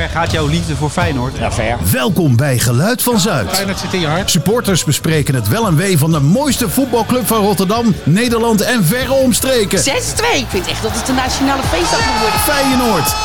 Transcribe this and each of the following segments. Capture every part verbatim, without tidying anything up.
ver gaat jouw liefde voor Feyenoord? Ja, ver. Welkom bij Geluid van Zuid. Feyenoord zit in je hart. Supporters bespreken het wel en wee van de mooiste voetbalclub van Rotterdam, Nederland en verre omstreken. zes twee. Ik vind echt dat het de nationale feestdag moet worden. Feyenoord.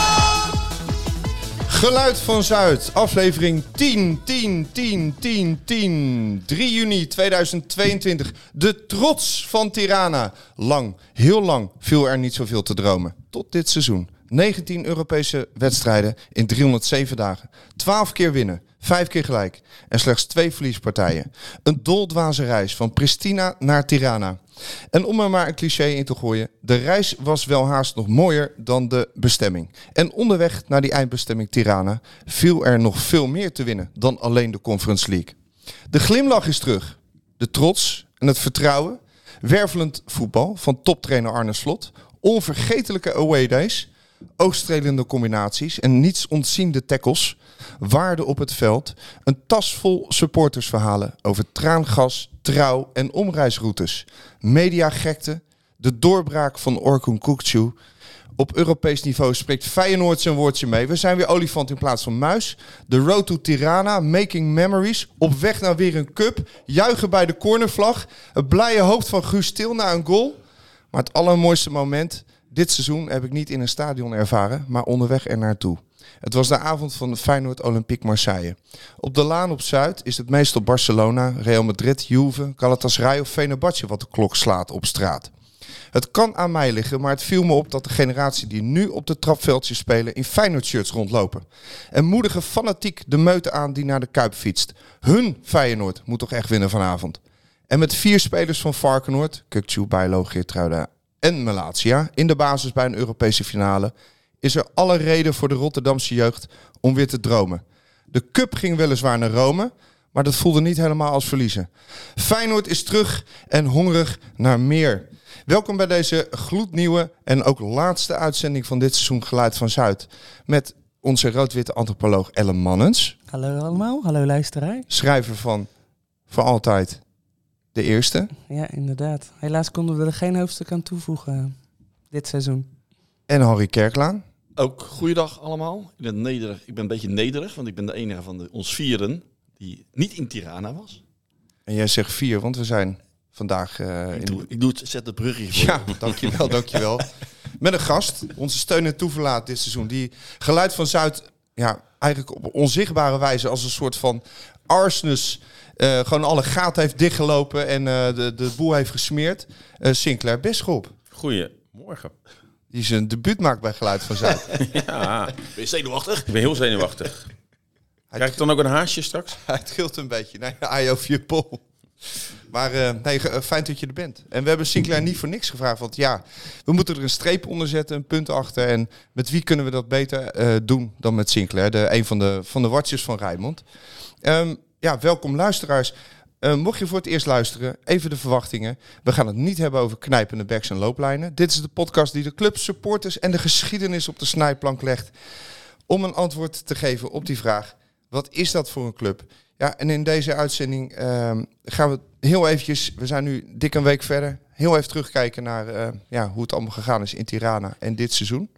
Geluid van Zuid, aflevering tien, tien, tien, tien, tien. drie juni tweeduizend tweeëntwintig. De trots van Tirana. Lang, heel lang viel er niet zoveel te dromen. Tot dit seizoen. negentien Europese wedstrijden in driehonderdzeven dagen. twaalf keer winnen, vijf keer gelijk. En slechts twee verliespartijen. Een doldwaze reis van Pristina naar Tirana. En om er maar een cliché in te gooien, de reis was wel haast nog mooier dan de bestemming. En onderweg naar die eindbestemming Tirana viel er nog veel meer te winnen dan alleen de Conference League. De glimlach is terug, de trots en het vertrouwen, wervelend voetbal van toptrainer Arne Slot, onvergetelijke away days, oogstrelende combinaties en niets ontziende tackles, waarde op het veld, een tas vol supportersverhalen over traangas, trouw en omreisroutes, mediagekte, de doorbraak van Orkun Kukçu. Op Europees niveau spreekt Feyenoord zijn woordje mee. We zijn weer olifant in plaats van muis. De road to Tirana, making memories, op weg naar weer een cup, juichen bij de cornervlag, het blije hoofd van Guus Til na een goal. Maar het allermooiste moment dit seizoen heb ik niet in een stadion ervaren, maar onderweg er naartoe. Het was de avond van de Feyenoord Olympique Marseille. Op de laan op Zuid is het meestal Barcelona, Real Madrid, Juve, Galatasaray of Fenerbahce wat de klok slaat op straat. Het kan aan mij liggen, maar het viel me op dat de generatie die nu op de trapveldjes spelen in Feyenoord-shirts rondlopen. En moedigen fanatiek de meute aan die naar de Kuip fietst. Hun Feyenoord moet toch echt winnen vanavond. En met vier spelers van Varkenoord, Kukçu, Bijlo, Geertruida en Malacia in de basis bij een Europese finale, is er alle reden voor de Rotterdamse jeugd om weer te dromen. De cup ging weliswaar naar Rome, maar dat voelde niet helemaal als verliezen. Feyenoord is terug en hongerig naar meer. Welkom bij deze gloednieuwe en ook laatste uitzending van dit seizoen Geluid van Zuid. Met onze rood-witte antropoloog Ellen Mannens. Hallo allemaal, hallo luisteraar. Schrijver van Voor Altijd de Eerste. Ja, inderdaad. Helaas konden we er geen hoofdstuk aan toevoegen dit seizoen. En Harry Kerklaan. Ook goeiedag allemaal. Ik ben, nederig, ik ben een beetje nederig, want ik ben de enige van de, ons vieren die niet in Tirana was. En jij zegt vier, want we zijn vandaag... Uh, ik, in... doe, ik doe het, zet het brugje voor. Ja, dankjewel, dankjewel. Met een gast, onze steun en toeverlaat dit seizoen. Die Geluid van Zuid, ja, eigenlijk op onzichtbare wijze als een soort van arsnes, uh, gewoon alle gaten heeft dichtgelopen en uh, de, de boel heeft gesmeerd. Uh, Sinclair Bisschop. Goedemorgen. Die zijn debuut maakt bij Geluid van Zuid. Ja. Ben je zenuwachtig? Ik ben heel zenuwachtig. Krijg ik dan ook een haasje straks? Hij trilt een beetje. Nee, I over je pol. Maar uh, nee, fijn dat je er bent. En we hebben Sinclair niet voor niks gevraagd. Want ja, we moeten er een streep onder zetten, een punt achter. En met wie kunnen we dat beter uh, doen dan met Sinclair? De, een van de, van de watjes van Rijnmond. Um, ja, welkom luisteraars. Uh, mocht je voor het eerst luisteren, even de verwachtingen. We gaan het niet hebben over knijpende backs en looplijnen. Dit is de podcast die de club, supporters en de geschiedenis op de snijplank legt. Om een antwoord te geven op die vraag. Wat is dat voor een club? Ja, en in deze uitzending uh, gaan we heel eventjes, we zijn nu dik een week verder, heel even terugkijken naar uh, ja, hoe het allemaal gegaan is in Tirana en dit seizoen.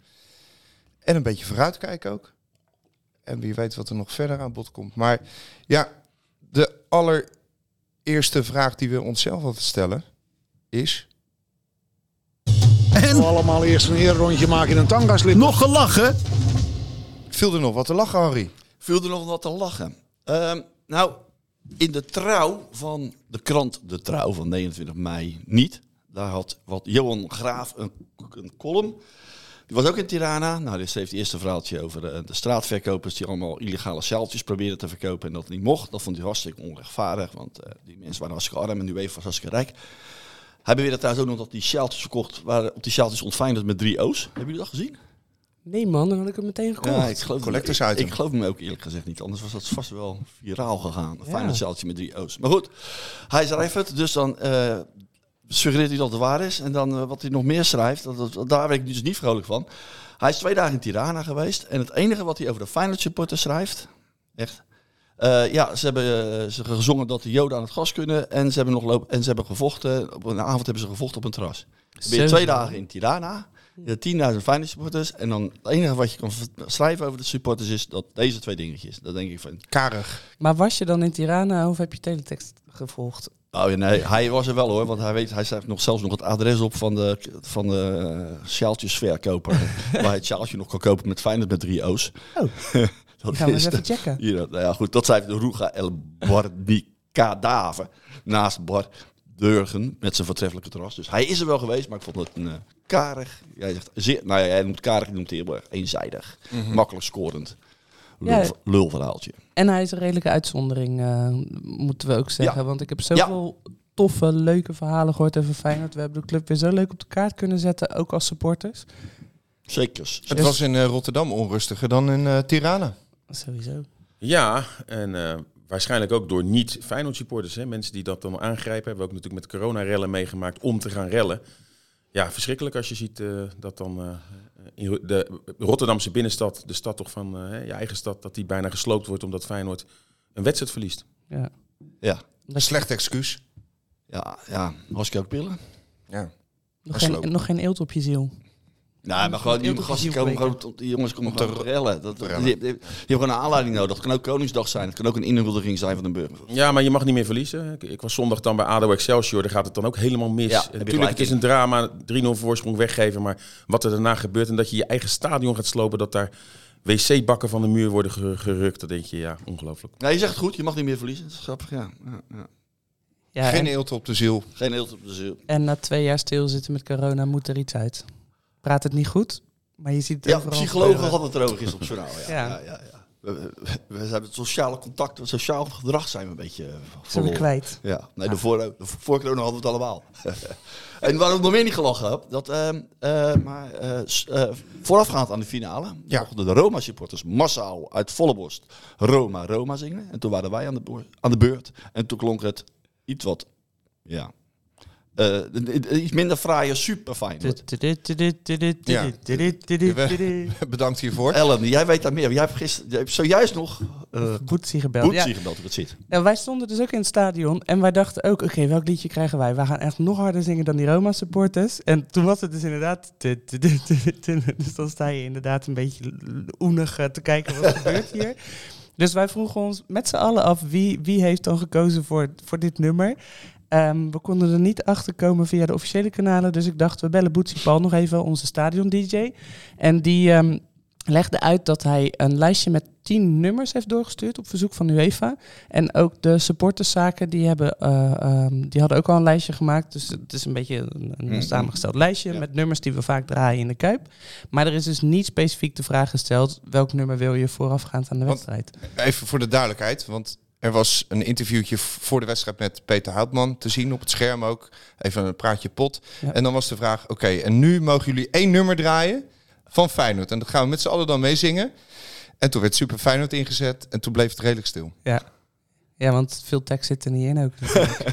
En een beetje vooruitkijken ook. En wie weet wat er nog verder aan bod komt. Maar ja, de allereerste vraag die we onszelf altijd stellen is... En We allemaal eerst een eerrondje maken in een tangaslip. nog gelachen? Viel er nog wat te lachen, Harry? Viel er nog wat te lachen? Uh, nou, in de trouw van de krant De Trouw van negenentwintig mei niet. Daar had wat Johan Graaf een, een column. Die was ook in Tirana. Nou, dit heeft het eerste verhaaltje over uh, de straatverkopers die allemaal illegale sjaaltjes probeerden te verkopen en dat niet mocht. Dat vond hij hartstikke onrechtvaardig, want uh, die mensen waren hartstikke arm en nu even was hartstikke rijk. Hij beweerde trouwens ook nog dat die sjaaltjes verkocht waren, op die sjaaltjes ontveind met drie O's. Hebben jullie dat gezien? Nee man, dan had ik hem meteen gekocht. Ja, ik geloof, Collectors ik, item. ik geloof me ook eerlijk gezegd niet. Anders was dat vast wel viraal gegaan. Een Ja. fijn sjaaltje met drie O's. Maar goed, hij schrijft het. Dus dan uh, suggereert hij dat het waar is. En dan uh, wat hij nog meer schrijft, dat, dat, daar werd ik dus niet vrolijk van. Hij is twee dagen in Tirana geweest. En het enige wat hij over de Feyenoord supporters schrijft, echt... Uh, ja, ze hebben uh, ze gezongen dat de Joden aan het gas kunnen. En ze hebben nog lopen, en ze hebben gevochten. Op een avond hebben ze gevochten op een terras. Ben je twee dagen in Tirana. Je hebt tienduizend Feyenoord supporters. En dan het enige wat je kan schrijven over de supporters is dat deze twee dingetjes. Dat denk ik van... Karig. Maar was je dan in Tirana of heb je teletext gevolgd? Oh ja, nee, hij was er wel hoor. Want hij weet, hij schrijft nog zelfs nog het adres op van de, van de uh, sjaaltjesverkoper. waar hij het sjaaltje nog kan kopen met Feyenoord met drie O's. Oh, dat gaan we eens even checken. Hier, nou ja, goed, dat zei de Ruga El Barnicadave. Naast Bar Durgen met zijn voortreffelijke terras. Dus hij is er wel geweest, maar ik vond het een uh, karig. Jij zegt, zeer, nou ja, jij noemt karig, je noemt het heel erg eenzijdig. Mm-hmm. Makkelijk scorend. Lul, Ja. Lulverhaaltje. En hij is een redelijke uitzondering, uh, moeten we ook zeggen. Ja. Want ik heb zoveel ja. toffe, leuke verhalen gehoord over Feyenoord. We hebben de club weer zo leuk op de kaart kunnen zetten, ook als supporters. Zekers. Het was in uh, Rotterdam onrustiger dan in uh, Tirana. Sowieso. Ja, en uh, waarschijnlijk ook door niet-Feyenoord supporters. Hè? Mensen die dat dan aangrijpen. Hebben we ook natuurlijk met corona-rellen meegemaakt om te gaan rellen. Ja, verschrikkelijk als je ziet uh, dat dan uh, in de Rotterdamse binnenstad, de stad toch van uh, je eigen stad, dat die bijna gesloopt wordt omdat Feyenoord een wedstrijd verliest. Ja. Ja. Slecht excuus. Ja, ja. Hartstikke ook pillen. Ja. Nog geen, nog geen eelt op je ziel. Nou, maar gewoon die gasten komen gewoon, die jongens komen gewoon te rellen. Dat, die, die, die, die hebben gewoon een aanleiding nodig. Dat kan ook Koningsdag zijn. Het kan ook een inhuldiging zijn van de burger. Ja, maar je mag niet meer verliezen. Ik, ik was zondag dan bij A D O Excelsior. Daar gaat het dan ook helemaal mis. Ja, natuurlijk, het is een drama. drie nul voorsprong weggeven. Maar wat er daarna gebeurt en dat je je eigen stadion gaat slopen, dat daar wc-bakken van de muur worden gerukt. Dan denk je, ja, ongelooflijk. Ja, je zegt het goed. Je mag niet meer verliezen. Dat is grappig, ja. ja, ja. Ja, Geen en, eelt op de ziel. Geen eelt op de ziel. En na twee jaar stilzitten met corona moet er iets uit. Praat het niet goed, maar je ziet het Ja, overal psychologen gebeuren. hadden het erover is op journaal. Ja, Ja. ja. Ja, ja. We, we, we hebben het sociale contact, het sociaal gedrag zijn we een beetje uh, Zijn we verloren. kwijt. Ja, nee, de voor, de voor corona hadden we het allemaal. En waarom ik nog meer niet gelachen heb, dat uh, uh, maar uh, uh, voorafgaand aan de finale, Ja. mochten de Roma-supporters massaal uit volle borst Roma, Roma zingen. En toen waren wij aan de, boor, aan de beurt. En toen klonk het iets wat, ja, uh, iets minder fraaie, super fijn. Bedankt hiervoor. Ellen, jij weet daar meer. Jij hebt, gisteren, jij hebt zojuist nog uh, Boetsie gebeld. Boetsie Ja. gebeld hoe het zit. Ja, wij stonden dus ook in het stadion en wij dachten ook, oké, okay, welk liedje krijgen wij? Wij gaan echt nog harder zingen dan die Roma-supporters. En toen was het dus inderdaad... Dus dan sta je inderdaad een beetje oenig te kijken wat gebeurt hier. Dus wij vroegen ons met z'n allen af, wie, wie heeft dan gekozen voor, voor dit nummer? Um, we konden er niet achter komen via de officiële kanalen. Dus ik dacht, we bellen Boetsie Paul nog even, onze stadion-D J. En die um, legde uit dat hij een lijstje met tien nummers heeft doorgestuurd op verzoek van UEFA. En ook de supporterszaken, die, hebben, uh, um, die hadden ook al een lijstje gemaakt. Dus het is een beetje een, een mm-hmm. samengesteld lijstje ja. met nummers die we vaak draaien in de Kuip. Maar er is dus niet specifiek de vraag gesteld, welk nummer wil je voorafgaand aan de want, wedstrijd? Even voor de duidelijkheid, want er was een interviewtje voor de wedstrijd met Peter Houtman te zien op het scherm ook. Even een praatje pot. Ja. En dan was de vraag, oké, okay, en nu mogen jullie één nummer draaien van Feyenoord. En dat gaan we met z'n allen dan meezingen. En toen werd Super Feyenoord ingezet en toen bleef het redelijk stil. Ja, ja, want veel tekst zit er niet in ook.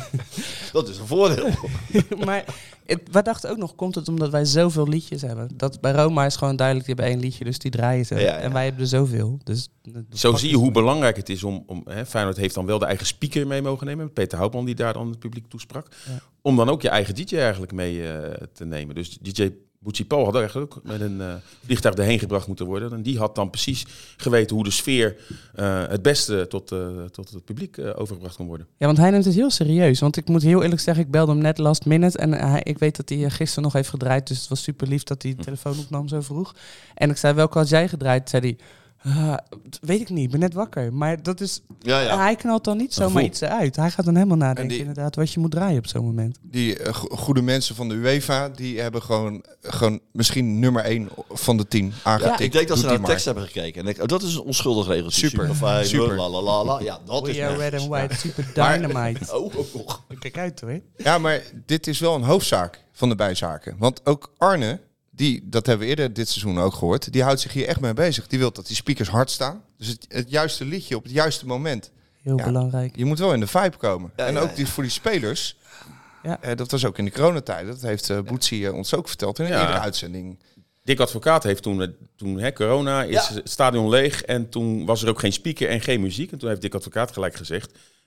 Dat is een voordeel. Maar het, wij dachten ook nog, komt het omdat wij zoveel liedjes hebben? Dat bij Roma is gewoon duidelijk, die hebben één liedje, dus die draaien ze. Ja, ja. En wij hebben er zoveel. Dus zo zie je hoe belangrijk het is om... om hè, Feyenoord heeft dan wel de eigen speaker mee mogen nemen. Peter Houtman die daar dan het publiek toesprak. Ja. Om dan ook je eigen D J eigenlijk mee uh, te nemen. Dus D J Boetsie Paul had eigenlijk ook met een uh, vliegtuig erheen gebracht moeten worden. En die had dan precies geweten hoe de sfeer uh, het beste tot, uh, tot het publiek uh, overgebracht kon worden. Ja, want hij neemt het heel serieus. Want ik moet heel eerlijk zeggen, ik belde hem net last minute. En uh, ik weet dat hij gisteren nog heeft gedraaid. Dus het was super lief dat hij de telefoon opnam zo vroeg. En ik zei, welke had jij gedraaid? Zei hij, uh, weet ik niet, ik ben net wakker. Maar dat is, ja, ja. hij knalt dan niet zomaar iets eruit. Hij gaat dan helemaal nadenken die, inderdaad wat je moet draaien op zo'n moment. Die uh, goede mensen van de UEFA, die hebben gewoon, gewoon misschien nummer één van de tien aangetikt. Ja, ik denk dat ze naar de tekst hebben gekeken. En ik, oh, dat is een onschuldig regeltje. Super, super. super. La, la, la, la. Ja, dat We is are red and white, super dynamite. Maar, oh, oh, oh. Kijk uit hoor. Ja, maar dit is wel een hoofdzaak van de bijzaken. Want ook Arne, die, dat hebben we eerder dit seizoen ook gehoord, die houdt zich hier echt mee bezig. Die wil dat die speakers hard staan. Dus het, het juiste liedje op het juiste moment. Heel ja, belangrijk. Je moet wel in de vibe komen. Ja, en ja, ook ja. die, voor die spelers. Ja. Eh, dat was ook in de coronatijd. Dat heeft uh, Boetsie uh, ons ook verteld in een Ja. eerdere uitzending. Dick Advocaat heeft toen, uh, toen hè, corona, is Ja. het stadion leeg. En toen was er ook geen speaker en geen muziek. En toen heeft Dick Advocaat gelijk gezegd,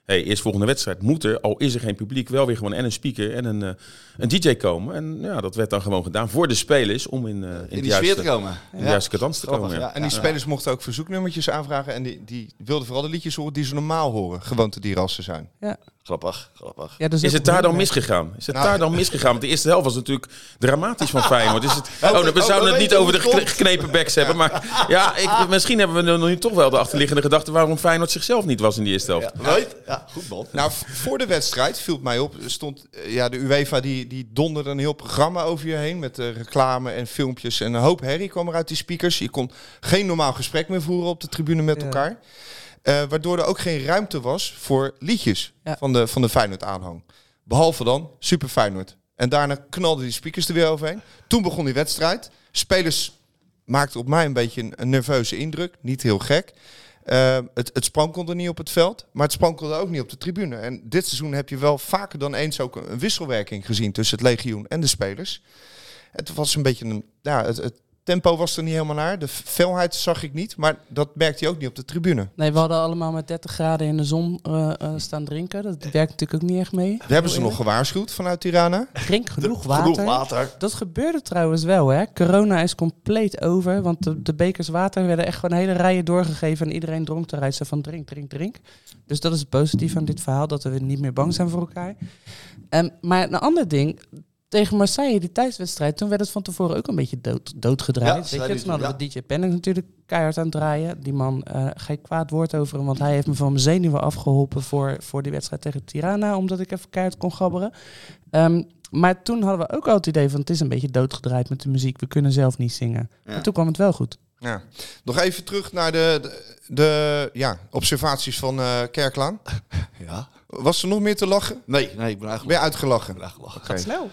hey, eerst volgende wedstrijd moet er, al is er geen publiek, wel weer gewoon en een speaker en een, uh, een D J komen. En ja, dat werd dan gewoon gedaan voor de spelers om in, uh, in, in de die juiste, sfeer te komen. in de juiste cadans te Grappig, komen. Ja. ja. En die spelers mochten ook verzoeknummertjes aanvragen. En die, die wilden vooral de liedjes horen die ze normaal horen. Gewoontedierassen zijn. Ja. Grappig, grappig. Ja, dus Is ook het daar dan belangrijk. misgegaan? Is het Nou. daar dan misgegaan? Want de eerste helft was natuurlijk dramatisch van Feyenoord. Is het, oh, nou, we oh, zouden we het niet weten over de hoe het gekne- geknepen backs hebben. Maar ja, ik, misschien hebben we nu, nu toch wel de achterliggende gedachte waarom Feyenoord zichzelf niet was in die eerste helft. Ja, weet? Ja, goed man. Nou, v- voor de wedstrijd viel het mij op. Stond eh, ja, de UEFA die, die donderde een heel programma over je heen. Met uh, reclame en filmpjes. En een hoop herrie kwam er uit die speakers. Je kon geen normaal gesprek meer voeren op de tribune met Ja. elkaar. Uh, waardoor er ook geen ruimte was voor liedjes Ja. van de, van de Feyenoord-aanhang. Behalve dan Super Feyenoord. En daarna knalden die speakers er weer overheen. Toen begon die wedstrijd. Spelers maakten op mij een beetje een, een nerveuze indruk. Niet heel gek. Uh, het, het sprankelde niet op het veld, maar het sprankelde ook niet op de tribune. En dit seizoen heb je wel vaker dan eens ook een, een wisselwerking gezien tussen het legioen en de spelers. Het was een beetje een... Ja, het, het tempo was er niet helemaal naar. De felheid zag ik niet, maar dat merkte je ook niet op de tribune. Nee, we hadden allemaal met dertig graden in de zon uh, uh, staan drinken. Dat werkt natuurlijk ook niet echt mee. We hebben ze nog gewaarschuwd vanuit Tirana. Drink genoeg De- water. Genoeg water. Dat gebeurde trouwens wel, hè. Corona is compleet over, want de, de bekers water werden echt gewoon hele rijen doorgegeven en iedereen dronk eruit. Zo van drink, drink, drink. Dus dat is het positieve aan dit verhaal, dat we niet meer bang zijn voor elkaar. Um, maar een ander ding, tegen Marseille, die thuiswedstrijd, toen werd het van tevoren ook een beetje dood, doodgedraaid. Ja, Weet zei je, die toen hadden toen, we D J Penning natuurlijk keihard aan het draaien. Die man, uh, geen kwaad woord over hem, want hij heeft me van mijn zenuwen afgeholpen voor, voor die wedstrijd tegen Tirana, omdat ik even keihard kon gabberen. Um, maar toen hadden we ook al het idee van, het is een beetje doodgedraaid met de muziek, we kunnen zelf niet zingen. Ja. En toen kwam het wel goed. Ja. Nog even terug naar de, de, de ja, observaties van uh, Kerklaan. Ja. Was er nog meer te lachen? Nee, nee, ik ben eigenlijk... Ben je uitgelachen? Ik ben uitgelachen. Oké. Snel.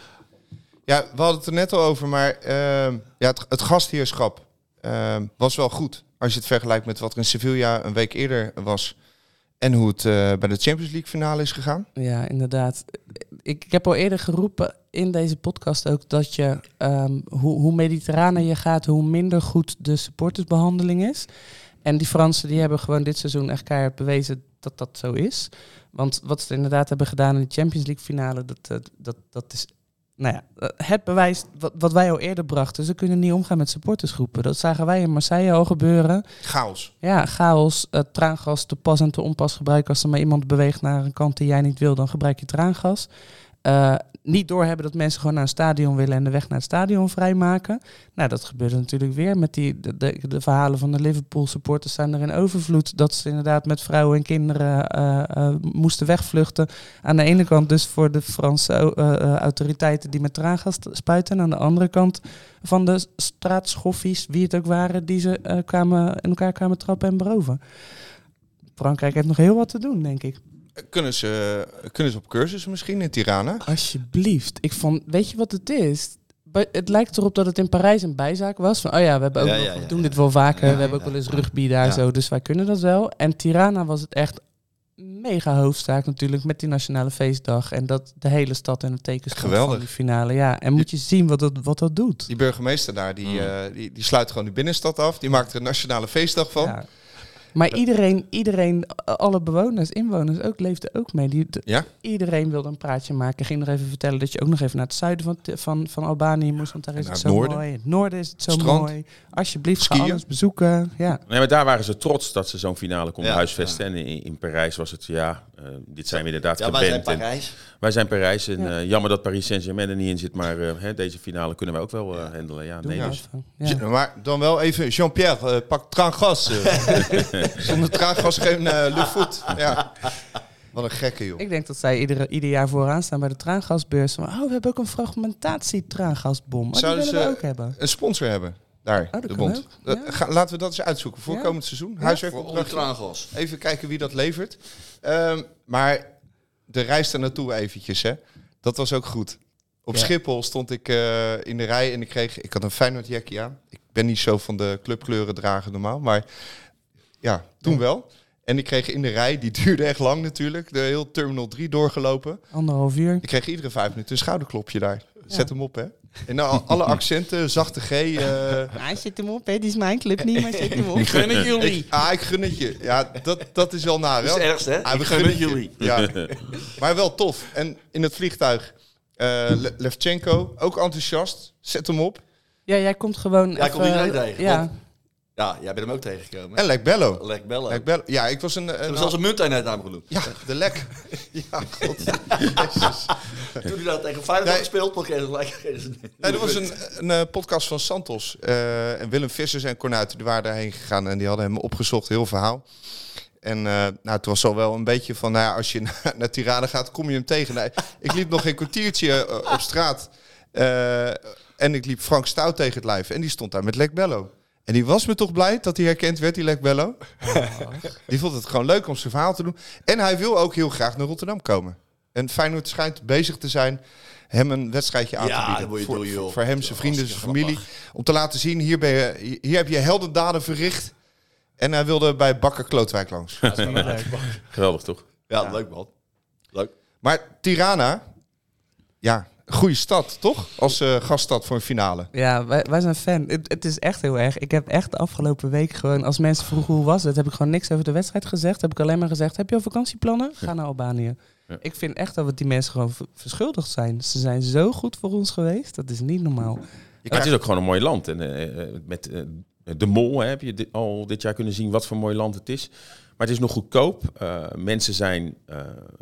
Ja, we hadden het er net al over, maar uh, ja, het, het gastheerschap uh, was wel goed. Als je het vergelijkt met wat er in Sevilla een week eerder was. En hoe het uh, bij de Champions League finale is gegaan. Ja, inderdaad. Ik, ik heb al eerder geroepen in deze podcast ook dat je, um, hoe, hoe mediterraner je gaat, hoe minder goed de supportersbehandeling is. En die Fransen die hebben gewoon dit seizoen echt keihard bewezen dat dat zo is. Want wat ze inderdaad hebben gedaan in de Champions League finale, dat, dat, dat, dat is... Nou ja, het bewijs wat, wat wij al eerder brachten. Ze kunnen niet omgaan met supportersgroepen. Dat zagen wij in Marseille al gebeuren. Chaos. Ja, chaos, uh, traangas, te pas en te onpas gebruiken. Als er maar iemand beweegt naar een kant die jij niet wil, dan gebruik je traangas. Uh, niet doorhebben dat mensen gewoon naar een stadion willen en de weg naar het stadion vrijmaken. Nou, dat gebeurde natuurlijk weer met die de, de, de verhalen van de Liverpool supporters zijn er in overvloed. Dat ze inderdaad met vrouwen en kinderen uh, uh, moesten wegvluchten. Aan de ene kant dus voor de Franse uh, uh, autoriteiten die met traangas spuiten. En aan de andere kant van de straatschoffies, wie het ook waren, die ze uh, kwamen, in elkaar kwamen trappen en beroven. Frankrijk heeft nog heel wat te doen, denk ik. Kunnen ze, kunnen ze op cursus misschien in Tirana? Alsjeblieft. Ik vond, weet je wat het is? Bij- Het lijkt erop dat het in Parijs een bijzaak was. Van, oh ja, we, hebben ook Ja, nog- ja, ja, we doen ja. dit wel vaker. Ja, we hebben ja. ook wel eens rugby daar Ja. zo. Dus wij kunnen dat wel. En Tirana was het echt mega hoofdzaak natuurlijk met die nationale feestdag. En dat de hele stad in het teken stond Geweldig. van die finale. Ja, en moet je zien wat dat, wat dat doet. Die burgemeester daar, die, Mm. uh, die, die sluit gewoon de binnenstad af. Die maakt er een nationale feestdag van. Ja. Maar iedereen, iedereen, alle bewoners, inwoners ook, leefden ook mee. Die, de- Ja? Iedereen wilde een praatje maken. Ging nog even vertellen dat je ook nog even naar het zuiden van, van, van Albanië moest. Want daar is En het naar zo het noorden. mooi. In het noorden is het zo Strand. mooi. Alsjeblieft, ga Skiën. alles bezoeken. Ja. Nee, maar daar waren ze trots dat ze zo'n finale konden Ja, huisvesten. En in, in Parijs was het, ja, uh, dit zijn we inderdaad Ja, wij zijn gewend. En Parijs. wij zijn Parijs en Ja. uh, jammer dat Paris Saint-Germain er niet in zit. Maar uh, hè, deze finale kunnen wij ook wel uh, handelen. Ja, Doe nee, maar dus. even. Ja, Ja. maar dan wel even, Jean-Pierre, uh, pak traangas. Uh. Zonder traangas geen uh, luchtvoet. Ja. Wat een gekke, joh. Ik denk dat zij iedere, ieder jaar vooraan staan bij de traangasbeurs. Van, oh, we hebben ook een fragmentatie-traangasbom. Oh, die Zouden willen we ze- ook hebben. Een sponsor hebben. Daar, dat de kan bond. ook, Uh, ja. ga- laten we dat eens uitzoeken voor Ja. komend seizoen. Ja. Huiswerkopdrachtje. Voor traangas. Even kijken wie dat levert. Um, maar de reis daar naartoe eventjes, hè. Dat was ook goed. Op Ja. Schiphol stond ik uh, in de rij en ik kreeg... Ik had een Feyenoord jackie aan. Ik ben niet zo van de clubkleuren dragen normaal, maar ja, toen Ja. wel. En ik kreeg in de rij, die duurde echt lang natuurlijk, de heel Terminal drie doorgelopen. Anderhalf uur. Ik kreeg iedere vijf minuten een schouderklopje daar. Zet hem op, hè. En nou, alle accenten, zachte G. Uh... Hij zet hem op, hè. Die is mijn club niet, maar zet hem op. Ik gun het jullie. Ik, ah, ik gun het je. Ja, dat, dat is wel naar, hè. Dat is het ergste, hè? Ah, Ik we gun gunnen het jullie. Ja. Maar wel tof. En in het vliegtuig, uh, Le- Levchenko, ook enthousiast. Zet hem op. Ja, jij komt gewoon Jij even, komt iedereen tegen, Ja. want- Ja, jij bent hem ook tegengekomen. En Lek Bello. Lek Bello. Lek Bello. Ja, ik was een... Ze een hebben zelfs een munteenheid aan hem genoemd. ja, de Lek. Ja, god. Jezus. Toen hij dat tegen Feyenoord Nee. had gespeeld, mocht je gelijk... Nee, er was een, een uh, podcast van Santos. Uh, en Willem Vissers en Cornuiten, die waren daarheen gegaan en die hadden hem opgezocht, heel verhaal. En uh, nou, het was al wel een beetje van, nou ja, als je naar, naar Tirana gaat, kom je hem tegen. Nee, ik liep nog een kwartiertje uh, op straat uh, en ik liep Frank Stout tegen het lijf. En die stond daar met Lek Bello. En die was me toch blij dat hij herkend werd, die Lek Bello. Oh. Die vond het gewoon leuk om zijn verhaal te doen. En hij wil ook heel graag naar Rotterdam komen. En Feyenoord schijnt bezig te zijn hem een wedstrijdje aan Ja, te dat bieden. moet je voor, doen, joh. voor hem, zijn vrienden, zijn Hartstikke familie. Om te laten zien, hier, ben je, hier heb je heldendaden verricht. En hij wilde bij Bakker Klootwijk langs. Geweldig, toch? Ja, Ja. leuk man. Leuk. Maar Tirana, ja, goede stad, toch? Als uh, gaststad voor een finale. Ja, wij, wij zijn fan. Het, het is echt heel erg. Ik heb echt de afgelopen week gewoon, als mensen vroegen hoe was het, heb ik gewoon niks over de wedstrijd gezegd. Heb ik alleen maar gezegd, heb je al vakantieplannen? Ga naar Albanië. Ja. Ik vind echt dat we die mensen gewoon v- verschuldigd zijn. Ze zijn zo goed voor ons geweest. Dat is niet normaal. Maar het is ook gewoon een mooi land. En uh, met uh, de Mol hè, heb je dit, al dit jaar kunnen zien wat voor mooi land het is. Maar het is nog goedkoop. Uh, mensen zijn uh,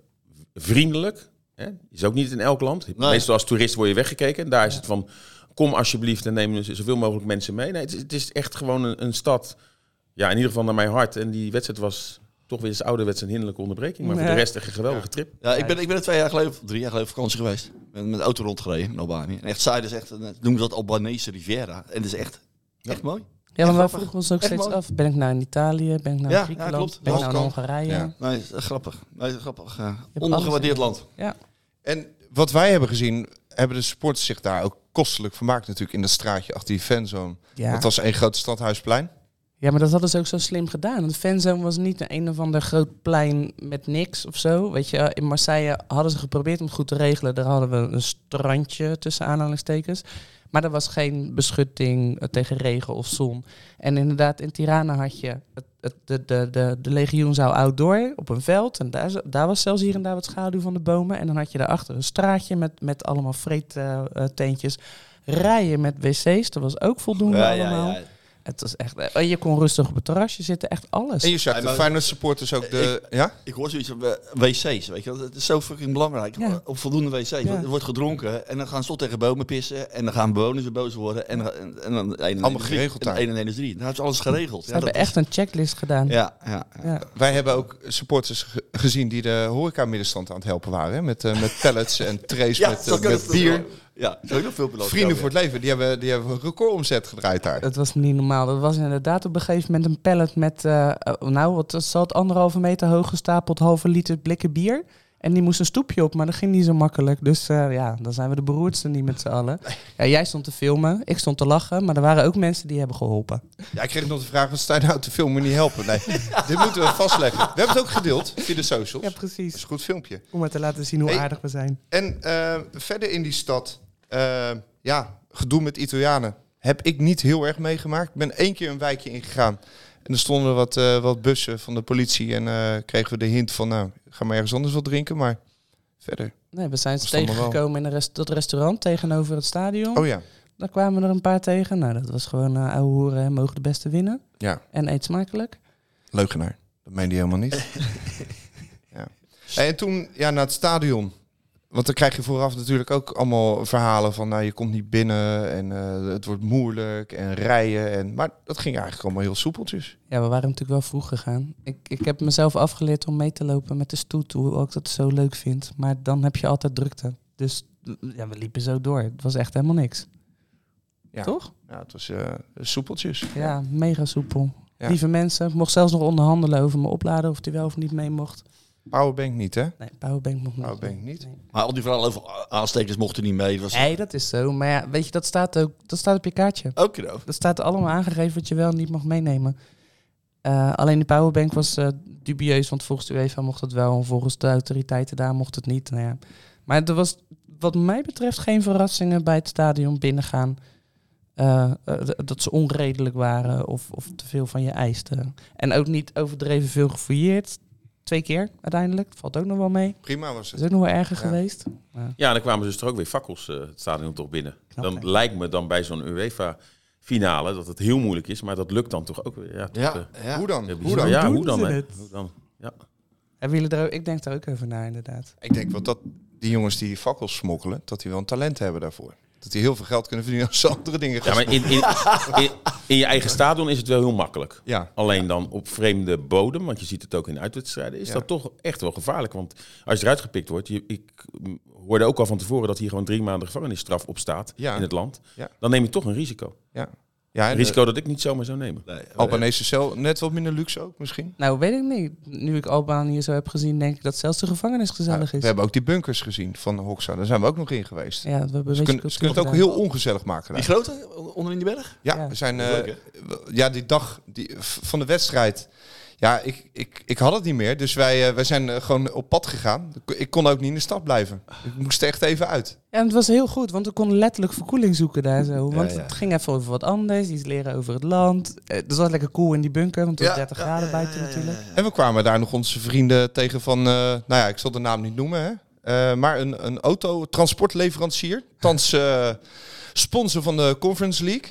vriendelijk. Hè? Is ook niet in elk land. Nee. Meestal als toerist word je weggekeken. En daar is ja. het van, kom alsjeblieft en neem zoveel mogelijk mensen mee. Nee, het, is, het is echt gewoon een, een stad. Ja, in ieder geval naar mijn hart. En die wedstrijd was toch weer eens ouderwets een hinderlijke onderbreking. Maar nee. voor de rest echt een geweldige ja. trip. Ja, ik ben, ik ben er twee jaar geleden, drie jaar geleden op vakantie geweest. Ik ben met de auto rondgereden in Albanië. En echt saai, dus echt, noemen ze dat Albanese Riviera. En het is echt, echt ja. mooi. Ja, maar wij vroegen ons ook echt steeds mooi. af. Ben ik nou in Italië? Ben ik nou in ja, Griekenland? Ja, ben ik nou in Hongarije? Ja. Nee, dat is grappig. Nee, dat is grappig. Uh, ondergewaardeerd land. Ja. En wat wij hebben gezien, hebben de supporters zich daar ook kostelijk vermaakt natuurlijk in dat straatje achter die fanzone. Ja. Dat was één groot stadhuisplein. Ja, maar dat hadden ze ook zo slim gedaan. De fanzone was niet een, een of ander groot plein met niks of zo. Weet je, in Marseille hadden ze geprobeerd om het goed te regelen. Daar hadden we een strandje tussen aanhalingstekens. Maar er was geen beschutting tegen regen of zon. En inderdaad, in Tirana had je het, het, de, de, de, de legioenzaal outdoor op een veld. En daar, daar was zelfs hier en daar wat schaduw van de bomen. En dan had je daarachter een straatje met, met allemaal vreetteentjes. Uh, rijen met wc's, dat was ook voldoende ja, allemaal. Ja, ja. Het was echt, je kon rustig op het terrasje zitten, echt alles. En je zag de Feyenoord supporters ook de... Ik, ja? ik hoor zoiets van uh, wc's, weet je wel. Het is zo fucking belangrijk. Ja. Op voldoende wc's. Ja. Er wordt gedronken en dan gaan ze tot tegen bomen pissen. En dan gaan bewoners weer boos worden. En, en, en dan een allemaal geregeld daar. één en één is drie. Dan hebben ze alles geregeld. Ze ja, hebben echt is... een checklist gedaan. Ja, ja, ja. ja. Wij hebben ook supporters ge- gezien die de horeca-middenstand aan het helpen waren. Hè? Met, uh, met pallets en trays ja, met, uh, met bier. Ja, heel veel Vrienden voor het leven, die hebben, die hebben een recordomzet gedraaid daar. Het was niet normaal. Dat was inderdaad op een gegeven moment een pallet met, uh, nou, wat zal het anderhalve meter hoog gestapeld, halve liter blikken bier. En die moest een stoepje op, maar dat ging niet zo makkelijk. Dus uh, ja, dan zijn we de beroerdste niet met z'n allen. Ja, jij stond te filmen, ik stond te lachen, maar er waren ook mensen die hebben geholpen. Ja, ik kreeg nog de vraag, wat sta je nou te filmen, niet helpen? Nee, dit moeten we vastleggen. We hebben het ook gedeeld via de socials. Ja, precies. Dat is een goed filmpje. Om maar te laten zien hoe hey, aardig we zijn. En uh, verder in die stad, uh, ja, gedoe met Italianen. Heb ik niet heel erg meegemaakt. Ik ben één keer een wijkje ingegaan. En er stonden wat, uh, wat bussen van de politie. En uh, kregen we de hint van, nou, ga maar ergens anders wat drinken. Maar verder. Nee, we zijn tegengekomen in een rest- dat restaurant tegenover het stadion. Oh ja. Daar kwamen er een paar tegen. Nou, dat was gewoon uh, ouwe hoeren en mogen de beste winnen. Ja. En eet smakelijk. Leugenaar. Dat meende je helemaal niet. Ja. En toen, ja, naar het stadion. Want dan krijg je vooraf natuurlijk ook allemaal verhalen van, nou, je komt niet binnen en uh, het wordt moeilijk en rijden. En, maar dat ging eigenlijk allemaal heel soepeltjes. Ja, we waren natuurlijk wel vroeg gegaan. Ik, ik heb mezelf afgeleerd om mee te lopen met de stoet, hoe ik dat zo leuk vind. Maar dan heb je altijd drukte. Dus ja, we liepen zo door. Het was echt helemaal niks. Ja. Toch? Ja, het was uh, soepeltjes. Ja, mega soepel. Ja. Lieve mensen. Ik mocht zelfs nog onderhandelen over mijn oplader, of die wel of niet mee mocht. Powerbank niet, hè? Nee, powerbank mocht niet. Powerbank niet. Nee. Maar al die verhalen over aanstekers mochten niet mee. Was nee, dat is zo. Maar ja, weet je, dat staat ook dat staat op je kaartje. Ook okay, dat staat allemaal aangegeven wat je wel en niet mag meenemen. Uh, alleen de powerbank was uh, dubieus, want volgens de UEFA mocht het wel en volgens de autoriteiten daar mocht het niet. Nou ja. Maar er was, wat mij betreft geen verrassingen bij het stadion binnengaan. Uh, uh, dat ze onredelijk waren of, of te veel van je eisten. En ook niet overdreven veel gefouilleerd. Twee keer uiteindelijk. Valt ook nog wel mee. Prima was Dat het. is ook nog wel erger Ja. geweest. Ja. Ja, en dan kwamen dus er ook weer fakkels uh, het stadion toch binnen. Knap, dan hè? lijkt me dan bij zo'n UEFA-finale dat het heel moeilijk is. Maar dat lukt dan toch ook weer. Ja, toch, Ja, uh, ja. Hoe dan? ja, Hoe bizar. dan? Ja, Hoe hoe dan? doen ze hè? het? Hoe dan? Ja. Hebben jullie er ook, ik denk daar ook over na, inderdaad. Ik denk wel dat die jongens die fakkels smokkelen, dat die wel een talent hebben daarvoor. Dat die heel veel geld kunnen verdienen als ze andere dingen gaan Ja, maar in, in, in, in je eigen stadion is het wel heel makkelijk. Ja. Alleen dan op vreemde bodem, want je ziet het ook in uitwedstrijden, is Ja. dat toch echt wel gevaarlijk. Want als je eruit gepikt wordt, je, ik mm, hoorde ook al van tevoren dat hier gewoon drie maanden gevangenisstraf op staat Ja. in het land. Ja. Dan neem je toch een risico. Ja. Ja, en Een risico dat ik niet zomaar zou nemen. Nee, de Albanese cel net wat minder luxe ook misschien. Nou, weet ik niet. Nu ik Albanië hier zo heb gezien, denk ik dat zelfs de gevangenis gezellig Ja, is. we hebben ook die bunkers gezien van Hoxa. Daar zijn we ook nog in geweest. Ja, we hebben een Ze beetje kunnen, ze kunnen het ook cultuur heel ongezellig maken. Die daar. grote, onder in die berg? Ja, Ja. we zijn Dat is eh, leuk, ja die dag die, v- van de wedstrijd. Ja, ik, ik, ik had het niet meer. Dus wij, uh, wij zijn uh, gewoon op pad gegaan. Ik kon ook niet in de stad blijven. Ik moest echt even uit. Ja, en het was heel goed, want we konden letterlijk verkoeling zoeken daar zo. Want Ja, ja. het ging even over wat anders, iets leren over het land. Eh, dat was lekker cool in die bunker, want het was Ja, dertig ja, graden ja, buiten ja, ja, natuurlijk. ja, ja. En we kwamen daar nog onze vrienden tegen van... Uh, nou ja, ik zal de naam niet noemen, hè. Uh, maar een, een autotransportleverancier. Thans uh, sponsor van de Conference League.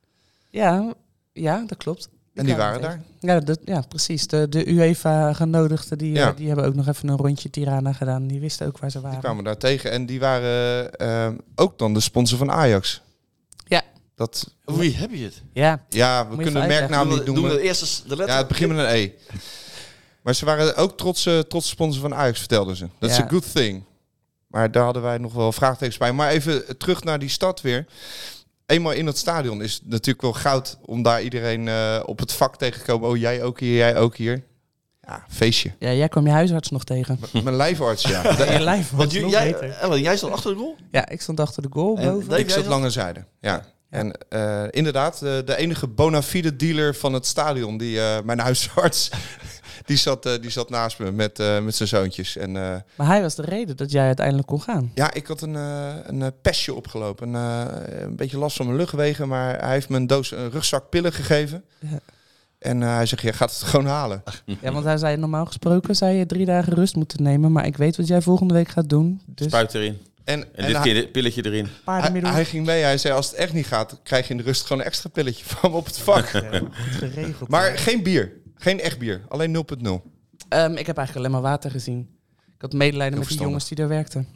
Ja, ja, dat klopt. En die kwamen waren tegen. daar. Ja, dat, ja, precies. De, de UEFA-genodigden, die, Ja. eh, die hebben ook nog even een rondje Tirana gedaan. Die wisten ook waar ze Die waren. kwamen daar tegen. En die waren uh, ook dan de sponsor van Ajax. Ja. Dat, Wie heb je het? Ja, ja, we Moet je kunnen de even merknaam Doen niet we, doen we noemen. de eerste de letter? Ja, het begint met een E. Maar ze waren ook trotse, trotse sponsor van Ajax, vertelden ze. Dat is Ja. a good thing. Maar daar hadden wij nog wel vraagtekens bij. Maar even terug naar die stad weer. Eenmaal in het stadion is het natuurlijk wel goud om daar iedereen uh, op het vak tegen te komen. Oh, jij ook hier, jij ook hier. Ja, feestje. ja, jij kwam je huisarts nog tegen. Mijn lijfarts, ja. Je lijf was Want ju- nog jij, beter. Ellen, jij stond achter de goal? Ja, ik stond achter de goal En boven. Dave, Ik jij zat zat- lange zijde. Ja. En uh, inderdaad, de, de enige bona fide dealer van het stadion, die, uh, mijn huisarts, die zat, uh, die zat naast me met, uh, met zijn zoontjes. En uh, Maar hij was de reden dat jij uiteindelijk kon gaan. ja, ik had een, uh, een uh, pestje opgelopen. Een, uh, een beetje last van mijn luchtwegen, maar hij heeft me een doos, een rugzak pillen gegeven. Ja. En uh, hij zegt, je gaat het gewoon halen. Ja, want hij zei normaal gesproken zou je drie dagen rust moeten nemen. Maar ik weet wat jij volgende week gaat doen. Dus Spuit erin. En, En, en dit hij, keer het pilletje erin. hij, paardenmiddel. hij ging mee. Hij zei, als het echt niet gaat, krijg je in de rust gewoon een extra pilletje van me op het vak. Ja, goed geregeld. Maar geen bier. Geen echt bier. Alleen nul punt nul. Um, ik heb eigenlijk alleen maar water gezien. Ik had medelijden met die verstandig. jongens die daar werkten.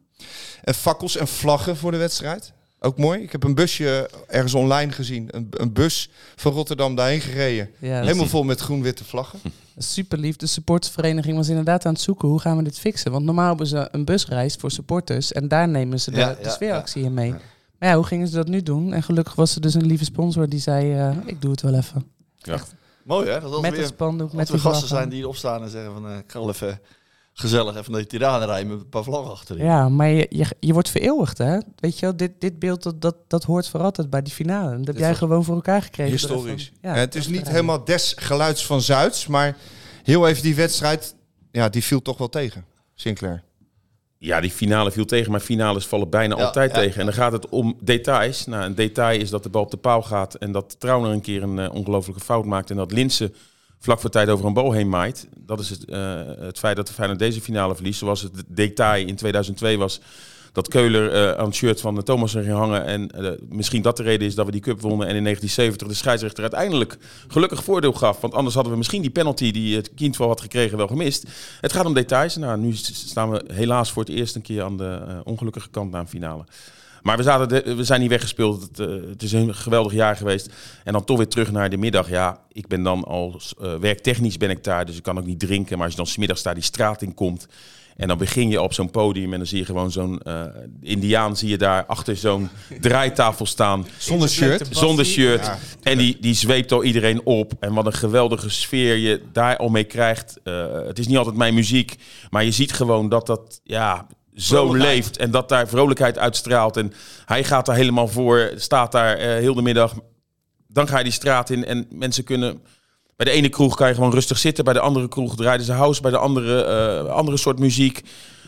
En fakkels en vlaggen voor de wedstrijd. Ook mooi. Ik heb een busje ergens online gezien. Een, een bus van Rotterdam daarheen gereden. Ja, Helemaal vol met groen-witte vlaggen. super lief. De supportersvereniging was inderdaad aan het zoeken hoe gaan we dit fixen. Want normaal hebben ze een busreis voor supporters en daar nemen ze de, Ja, de ja, sfeeractie in mee. Maar ja, hoe gingen ze dat nu doen? En gelukkig was er dus een lieve sponsor die zei, uh, ik doe het wel even. Ja. Mooi hè? Dat als Met weer, het spandoek, met als die er gasten vlaggen. zijn die opstaan en zeggen van... Uh, ik ga wel even gezellig even naar die Tirana rijden met een paar vlaggen achterin. Ja, maar je, je, je wordt vereeuwigd, hè? Weet je wel, dit, dit beeld, dat, dat, dat hoort voor altijd bij die finale. Dat heb jij was gewoon voor elkaar gekregen. Historisch. Door even- Ja, het is door niet te helemaal des geluids van Zuids. Maar heel even die wedstrijd. Ja, die viel toch wel tegen. Sinclair. Ja, die finale viel tegen, maar finales vallen bijna Ja, altijd ja. tegen. En dan gaat het om details. Nou, een detail is dat de bal op de paal gaat en dat Trauner een keer een uh, ongelofelijke fout maakt en dat Linse vlak voor tijd over een bal heen maait. Dat is het, uh, het feit dat de Feyenoord deze finale verliest. Zoals het detail in tweeduizend twee was dat Keuler uh, aan het shirt van Thomas ging hangen. En uh, misschien dat de reden is dat we die cup wonnen. En in negentien zeventig de scheidsrechter uiteindelijk gelukkig voordeel gaf. Want anders hadden we misschien die penalty die het Kindval had gekregen wel gemist. Het gaat om details. Nou, nu staan we helaas voor het eerst een keer aan de uh, ongelukkige kant na een finale. Maar we, zaten de, we zijn niet weggespeeld. Het, uh, het is een geweldig jaar geweest. En dan toch weer terug naar de middag. Ja, ik ben dan al uh, werktechnisch ben ik daar. Dus ik kan ook niet drinken. Maar als je dan 's middags daar die straat in komt. En dan begin je op zo'n podium. En dan zie je gewoon zo'n uh, Indiaan zie je daar achter zo'n draaitafel staan. Zonder shirt. Zonder shirt. Ja. En die, die zweept al iedereen op. En wat een geweldige sfeer je daar al mee krijgt. Uh, het is niet altijd mijn muziek. Maar je ziet gewoon dat dat... ja. zo leeft en dat daar vrolijkheid uitstraalt. En hij gaat daar helemaal voor, staat daar uh, heel de middag. Dan ga je die straat in en mensen kunnen... Bij de ene kroeg kan je gewoon rustig zitten. Bij de andere kroeg draaien ze house. Bij de andere, uh, andere soort muziek.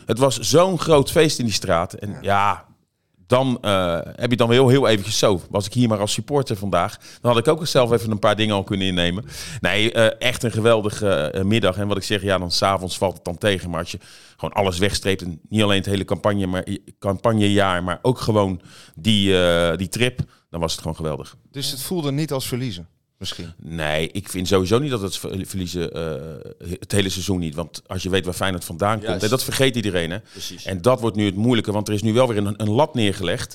Het was zo'n groot feest in die straat. En ja, ja dan uh, heb je dan weer heel, heel eventjes zo. Was ik hier maar als supporter vandaag, dan had ik ook zelf even een paar dingen al kunnen innemen. Nee, uh, echt een geweldige uh, middag. En wat ik zeg, ja, dan s'avonds valt het dan tegen. Maar als je gewoon alles wegstreept, en niet alleen het hele campagne, maar, campagnejaar, maar ook gewoon die, uh, die trip, dan was het gewoon geweldig. Dus het voelde niet als verliezen? Misschien. Nee, ik vind sowieso niet dat het verliezen uh, het hele seizoen niet. Want als je weet waar Feyenoord vandaan komt, Juist. en dat vergeet iedereen. Hè? Precies. En dat wordt nu het moeilijke, want er is nu wel weer een, een lat neergelegd.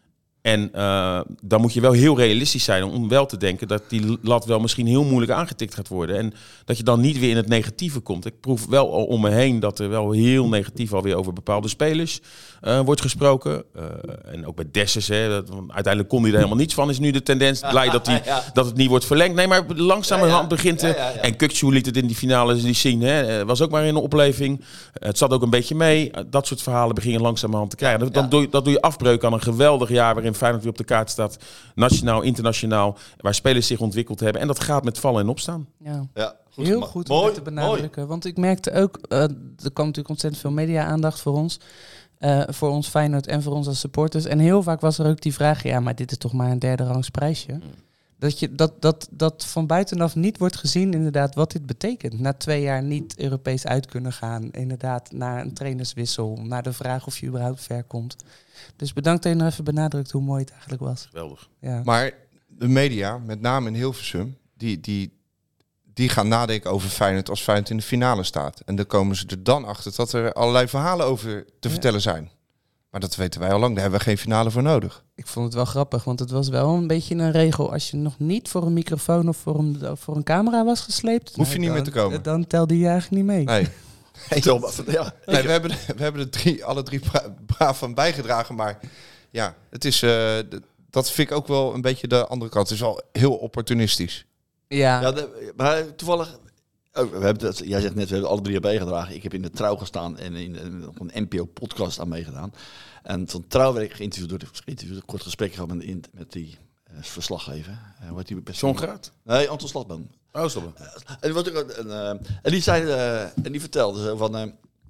En uh, dan moet je wel heel realistisch zijn om wel te denken dat die lat wel misschien heel moeilijk aangetikt gaat worden. En dat je dan niet weer in het negatieve komt. Ik proef wel al om me heen dat er wel heel negatief alweer over bepaalde spelers uh, wordt gesproken. Uh, en ook bij Dessers, hè, dat, want uiteindelijk kon hij er helemaal niets van. Is nu de tendens blij dat, die, ja. dat het niet wordt verlengd. Nee, maar langzamerhand ja, ja. begint... Ja, ja, ja. En Kukçu liet het in die finales die zien. Hè, was ook maar in een opleving. Het zat ook een beetje mee. Dat soort verhalen beginnen langzamerhand te krijgen. Dan, dan doe je, dat doe je afbreuk aan een geweldig jaar waarin Feyenoord weer op de kaart staat. Nationaal, internationaal. Waar spelers zich ontwikkeld hebben. En dat gaat met vallen en opstaan. Ja. Ja, goed heel gemaakt. goed Mooi, om dit te benadrukken. Mooi. Want ik merkte ook, uh, er kwam natuurlijk ontzettend veel media-aandacht voor ons. Uh, voor ons Feyenoord en voor ons als supporters. En heel vaak was er ook die vraag, ja, maar dit is toch maar een derde rangs prijsje. Mm. Dat, je, dat, dat, dat van buitenaf niet wordt gezien inderdaad wat dit betekent. Na twee jaar niet Europees uit kunnen gaan. Inderdaad, naar een trainerswissel. Naar de vraag of je überhaupt ver komt. Dus bedankt dat je nog even benadrukt hoe mooi het eigenlijk was. Geweldig. Ja. Maar de media, met name in Hilversum, die, die, die gaan nadenken over Feyenoord als Feyenoord in de finale staat. En dan komen ze er dan achter dat er allerlei verhalen over te ja. vertellen zijn. Maar dat weten wij al lang, daar hebben we geen finale voor nodig. Ik vond het wel grappig, want het was wel een beetje een regel. Als je nog niet voor een microfoon of voor een, voor een camera was gesleept... Hoef je niet dan, meer te komen. Dan telde je eigenlijk niet mee. Nee. Hey, ja. nee, we hebben, we hebben er drie, alle drie bra- braaf van bijgedragen. Maar ja, het is, uh, d- dat vind ik ook wel een beetje de andere kant. Het is wel heel opportunistisch. Ja, ja de, maar toevallig... Oh, we hebben dat, jij zegt net, we hebben alle drie bijgedragen. Ik heb in de Trouw gestaan en in, in, op een N P O-podcast aan meegedaan. En van Trouw werd ik geïnterviewd, door de, geïnterviewd een kort gesprek gehad met, in, met die uh, verslaggever. Uh, wat die best John Graat? Nee, Anton Slagboom. Oh, stop. Uh, en, wat, en, uh, en die zei, uh, en die vertelde zo van... Uh,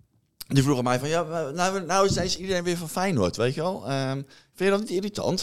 die vroeg aan mij van, ja, nou, nou is deze iedereen weer van Feyenoord, weet je wel. Uh, vind je dat niet irritant?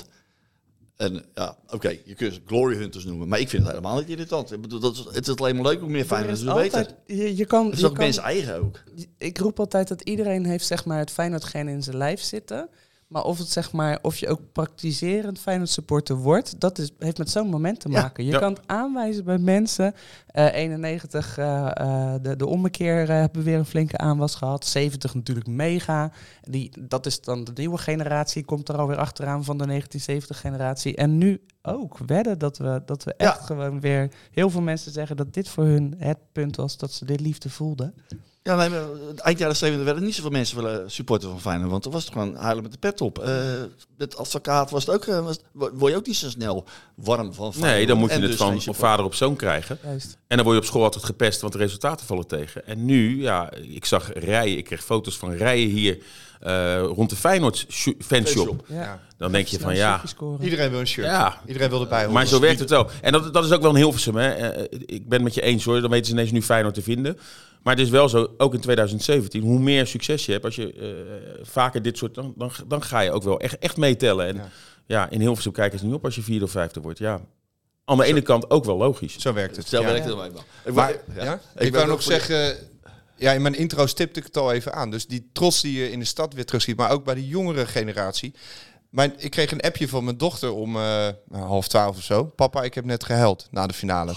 En ja, oké, okay, je kunt ze glory hunters noemen, maar ik vind het helemaal niet irritant. Ik bedoel, dat is, het is alleen maar leuk hoe meer Feyenoord is beter. Je, je kan, het is je ook kan, mensen eigen ook. Ik roep altijd dat iedereen heeft zeg maar het Feyenoord-gen in zijn lijf zitten. Maar of het zeg maar of je ook praktiserend Feyenoord supporter wordt, dat is, heeft met zo'n moment te maken. Ja, je ja. kan het aanwijzen bij mensen. Uh, eenennegentig, uh, uh, de, de ommekeer uh, hebben weer een flinke aanwas gehad. zeventig natuurlijk mega. Die, dat is dan de nieuwe generatie, komt er alweer achteraan van de negentien zeventig generatie. En nu ook wedden dat we, dat we echt ja. gewoon weer... Heel veel mensen zeggen dat dit voor hun het punt was dat ze dit liefde voelden. Ja, nee, maar eind jaren zeventig werden niet zoveel mensen willen supporter van Feyenoord, want er was het gewoon huilen met de pet op. Uh, met advocaat was het ook, uh, was, word je ook niet zo snel warm van Feyenoord. Nee, dan moet je en het dus van, van vader op zoon krijgen. Juist. En dan word je op school altijd gepest, want de resultaten vallen tegen. En nu, ja, ik zag rijen, ik kreeg foto's van rijen hier uh, rond de Feyenoord sh- fanshop. Ja. Dan denk je van ja, iedereen wil een shirt. Ja. Iedereen wil erbij horen. Maar zo werkt het wel. En dat, dat is ook wel een Hilversum. Hè. Uh, ik ben het met je eens hoor, dan weten ze ineens nu Feyenoord te vinden. Maar het is wel zo, ook in twintig zeventien, hoe meer succes je hebt, als je uh, vaker dit soort, dan, dan, dan ga je ook wel echt, echt meetellen. En ja. ja, in Hilversum kijken ze niet op als je vierde of vijfde wordt. Ja. Aan de zo, ene kant ook wel logisch. Zo werkt het. Zo ja. werkt het ja. wel. Ik, maar, ja. Ja? ik, ik wou nog zeggen, ja, in mijn intro stipte ik het al even aan. Dus die trots die je in de stad weer terugziet, maar ook bij de jongere generatie. Mijn, ik kreeg een appje van mijn dochter om uh, half twaalf of zo. Papa, ik heb net gehuild na de finale.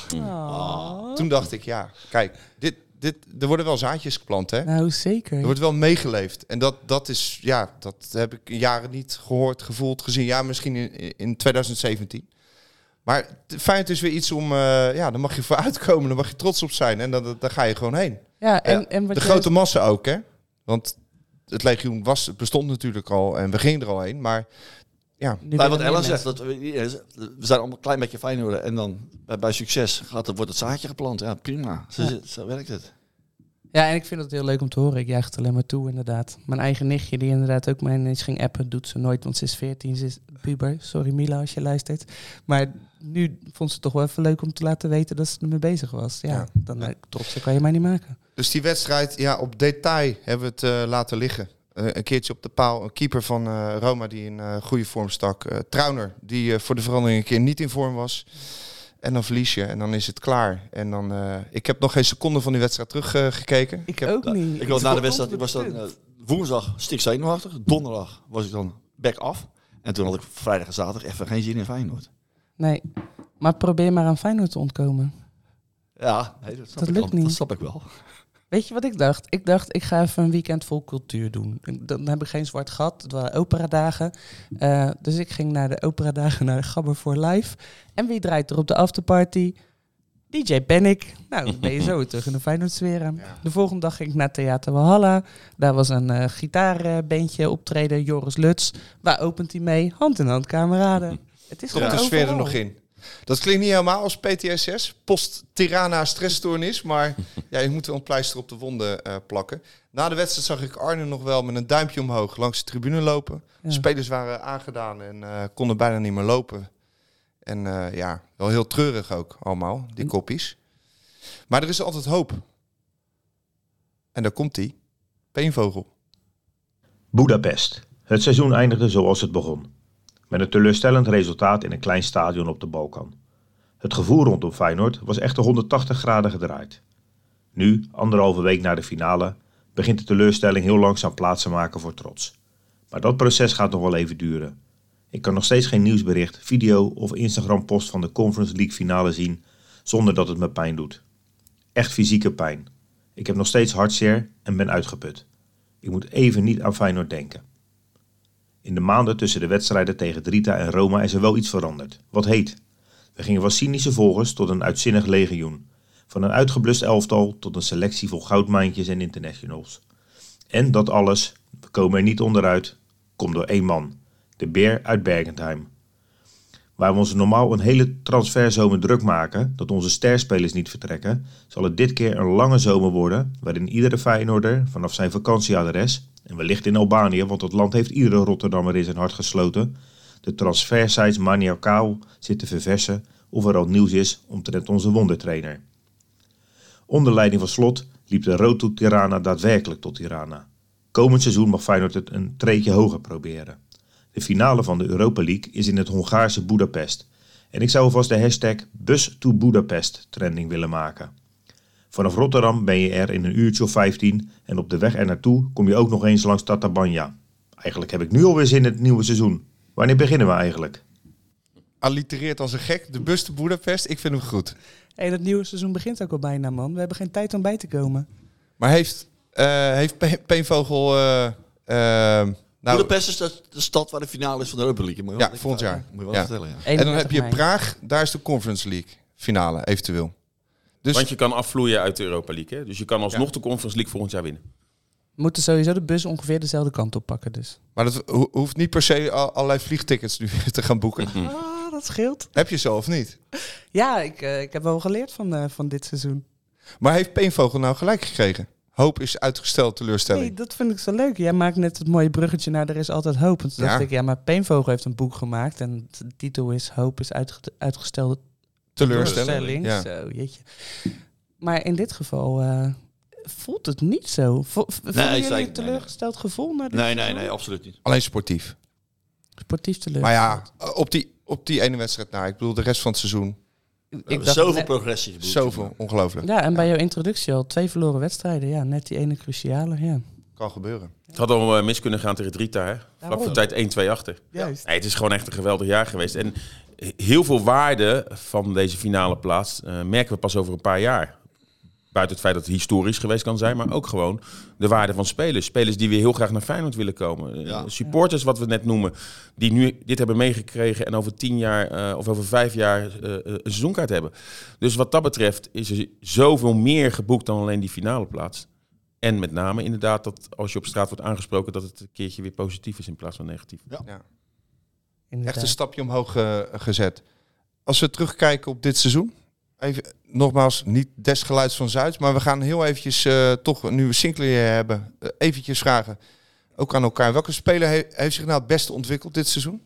Oh. Toen dacht ik, ja, kijk, dit... Dit, er worden wel zaadjes geplant, hè? Nou, zeker. Er wordt wel meegeleefd. En dat, dat is, ja, dat heb ik jaren niet gehoord, gevoeld, gezien. Ja, misschien in, in twintig zeventien. Maar Feyenoord is weer iets om, uh, ja, daar mag je voor uitkomen. Daar mag je trots op zijn. En dan, daar ga je gewoon heen. Ja, en, ja, en wat de grote is... massa ook, hè? Want het legioen was, bestond natuurlijk al en we gingen er al heen. Maar ja. Bij wat Ellen zegt, dat we, we zijn allemaal een klein beetje Feyenoord en dan bij, bij succes gaat, wordt het zaadje geplant. Ja, prima. Zo, ja. zo werkt het. Ja, en ik vind het heel leuk om te horen. Ik juich het alleen maar toe, inderdaad. Mijn eigen nichtje, die inderdaad ook mij ineens ging appen, doet ze nooit, want ze is veertien, ze is puber. Sorry Mila, als je luistert. Maar nu vond ze het toch wel even leuk om te laten weten dat ze ermee bezig was. Ja, Ja. dan uh, trotser kan je mij niet maken. Dus die wedstrijd, ja, op detail hebben we het uh, laten liggen. Uh, een keertje op de paal. Een keeper van uh, Roma die in uh, goede vorm stak. Uh, Trauner, die uh, voor de verandering een keer niet in vorm was. En dan verlies je en dan is het klaar. En dan, uh, ik heb nog geen seconde van die wedstrijd teruggekeken. Uh, Ik, heb, ook niet. Ik was na de wedstrijd, ik was dan uh, woensdag stik zenuwachtig. Donderdag was ik dan back af. En toen had ik vrijdag en zaterdag even geen zin in Feyenoord. Nee, maar probeer maar aan Feyenoord te ontkomen. Ja, nee, dat, snap Dat ik lukt wel. niet. Dat snap ik wel. Weet je wat ik dacht? Ik dacht, ik ga even een weekend vol cultuur doen. Dan heb ik geen zwart gat. Het waren operadagen. Uh, dus ik ging naar de operadagen naar Gabber voor Live. En wie draait er op de afterparty? D J Panic. Nou, dan ben je zo terug in de Feyenoord-sfeer. Ja. De volgende dag ging ik naar Theater Walhalla. Daar was een uh, gitaarbeentje optreden, Joris Luts. Waar opent hij mee? Hand in hand, kameraden. Het is komt gewoon de sfeer er overal. nog in. Dat klinkt niet helemaal als P T S S, post-Tirana stressstoornis, maar ja, je moet wel een pleister op de wonden uh, plakken. Na de wedstrijd zag ik Arne nog wel met een duimpje omhoog langs de tribune lopen. Ja. De spelers waren aangedaan en uh, konden bijna niet meer lopen. En uh, ja, wel heel treurig ook allemaal, die koppies. Maar er is altijd hoop. En daar komt hij, Peenvogel. Boedapest. Het seizoen eindigde zoals het begon. Met een teleurstellend resultaat in een klein stadion op de Balkan. Het gevoel rondom Feyenoord was echter honderdtachtig graden gedraaid. Nu, anderhalve week na de finale, begint de teleurstelling heel langzaam plaats te maken voor trots. Maar dat proces gaat nog wel even duren. Ik kan nog steeds geen nieuwsbericht, video of Instagram-post van de Conference League finale zien zonder dat het me pijn doet. Echt fysieke pijn. Ik heb nog steeds hartzeer en ben uitgeput. Ik moet even niet aan Feyenoord denken. In de maanden tussen de wedstrijden tegen Drita en Roma is er wel iets veranderd. Wat heet. We gingen van cynische volgers tot een uitzinnig legioen. Van een uitgeblust elftal tot een selectie vol goudmijntjes en internationals. En dat alles, we komen er niet onderuit, komt door één man. De beer uit Bergentheim. Waar we ons normaal een hele transferzomer druk maken dat onze sterspelers niet vertrekken, zal het dit keer een lange zomer worden waarin iedere Feyenoorder vanaf zijn vakantieadres, en wellicht in Albanië, want dat land heeft iedere Rotterdammer in zijn hart gesloten, de transfersites maniacaal zit te verversen of er al nieuws is omtrent onze wondertrainer. Onder leiding van Slot liep de road to Tirana daadwerkelijk tot Tirana. Komend seizoen mag Feyenoord het een treedje hoger proberen. De finale van de Europa League is in het Hongaarse Boedapest. En ik zou alvast de hashtag Bus to Budapest trending willen maken. Vanaf Rotterdam ben je er in een uurtje of vijftien en op de weg er naartoe kom je ook nog eens langs Tatabanya. Eigenlijk heb ik nu alweer zin in het nieuwe seizoen. Wanneer beginnen we eigenlijk? Allitereert als een gek, de bus te Budapest, ik vind hem goed. Hey, dat nieuwe seizoen begint ook al bijna, man. We hebben geen tijd om bij te komen. Maar heeft, uh, heeft Pe- Peenvogel... Uh, uh, Nou, Budapest is de, de stad waar de finale is van de Europa League. Moet je ja, volgend jaar. Moet je wel ja. vertellen, ja. En dan heb je Praag, daar is de Conference League finale, eventueel. Dus Want je kan afvloeien uit de Europa League. Hè? Dus je kan alsnog ja. de Conference League volgend jaar winnen. We moeten sowieso de bus ongeveer dezelfde kant op pakken dus. Maar dat ho- hoeft niet per se al- allerlei vliegtickets nu te gaan boeken. Ah, dat scheelt. Heb je zo of niet? Ja, ik, uh, ik heb wel geleerd van, uh, van dit seizoen. Maar heeft Peenvogel nou gelijk gekregen? Hoop is uitgesteld, teleurstelling. Nee, dat vind ik zo leuk. Jij maakt net het mooie bruggetje naar er is altijd hoop. En toen Ja. dacht ik, ja, maar Peenvogel heeft een boek gemaakt. En de titel is Hoop is uitge- uitgestelde Teleurstelling. Ja. Zo, jeetje. Maar in dit geval uh, voelt het niet zo. Vo- v- Nee, voelen jullie zeker, een teleurgesteld nee, gevoel naar dit Nee, nee, seizoen? nee, absoluut niet. Alleen sportief. Sportief Maar teleurgesteld. ja, op die, op die ene wedstrijd na. Ik bedoel, de rest van het seizoen. We ik hebben zoveel net- progressie geboekt. Zoveel, ongelooflijk. Ja, en bij jouw introductie al twee verloren wedstrijden. Ja, net die ene cruciale, ja. Kan gebeuren. Het had al uh, mis kunnen gaan tegen Drita. Hè? Vlak voor tijd één twee achter. Juist. Nee, het is gewoon echt een geweldig jaar geweest. En heel veel waarde van deze finale plaats uh, merken we pas over een paar jaar. Buiten het feit dat het historisch geweest kan zijn, maar ook gewoon de waarde van spelers. Spelers die weer heel graag naar Feyenoord willen komen. Ja. Uh, supporters, wat we net noemen, die nu dit hebben meegekregen en over tien jaar uh, of over vijf jaar uh, een seizoenkaart hebben. Dus wat dat betreft is er zoveel meer geboekt dan alleen die finale plaats. En met name inderdaad dat als je op straat wordt aangesproken, dat het een keertje weer positief is in plaats van negatief. Ja. Inderdaad. Echt een stapje omhoog uh, gezet. Als we terugkijken op dit seizoen, even, nogmaals, niet des geluids van Zuid, maar we gaan heel eventjes, uh, toch, nu we Sinclair hebben, uh, eventjes vragen, ook aan elkaar. Welke speler he- heeft zich nou het beste ontwikkeld dit seizoen?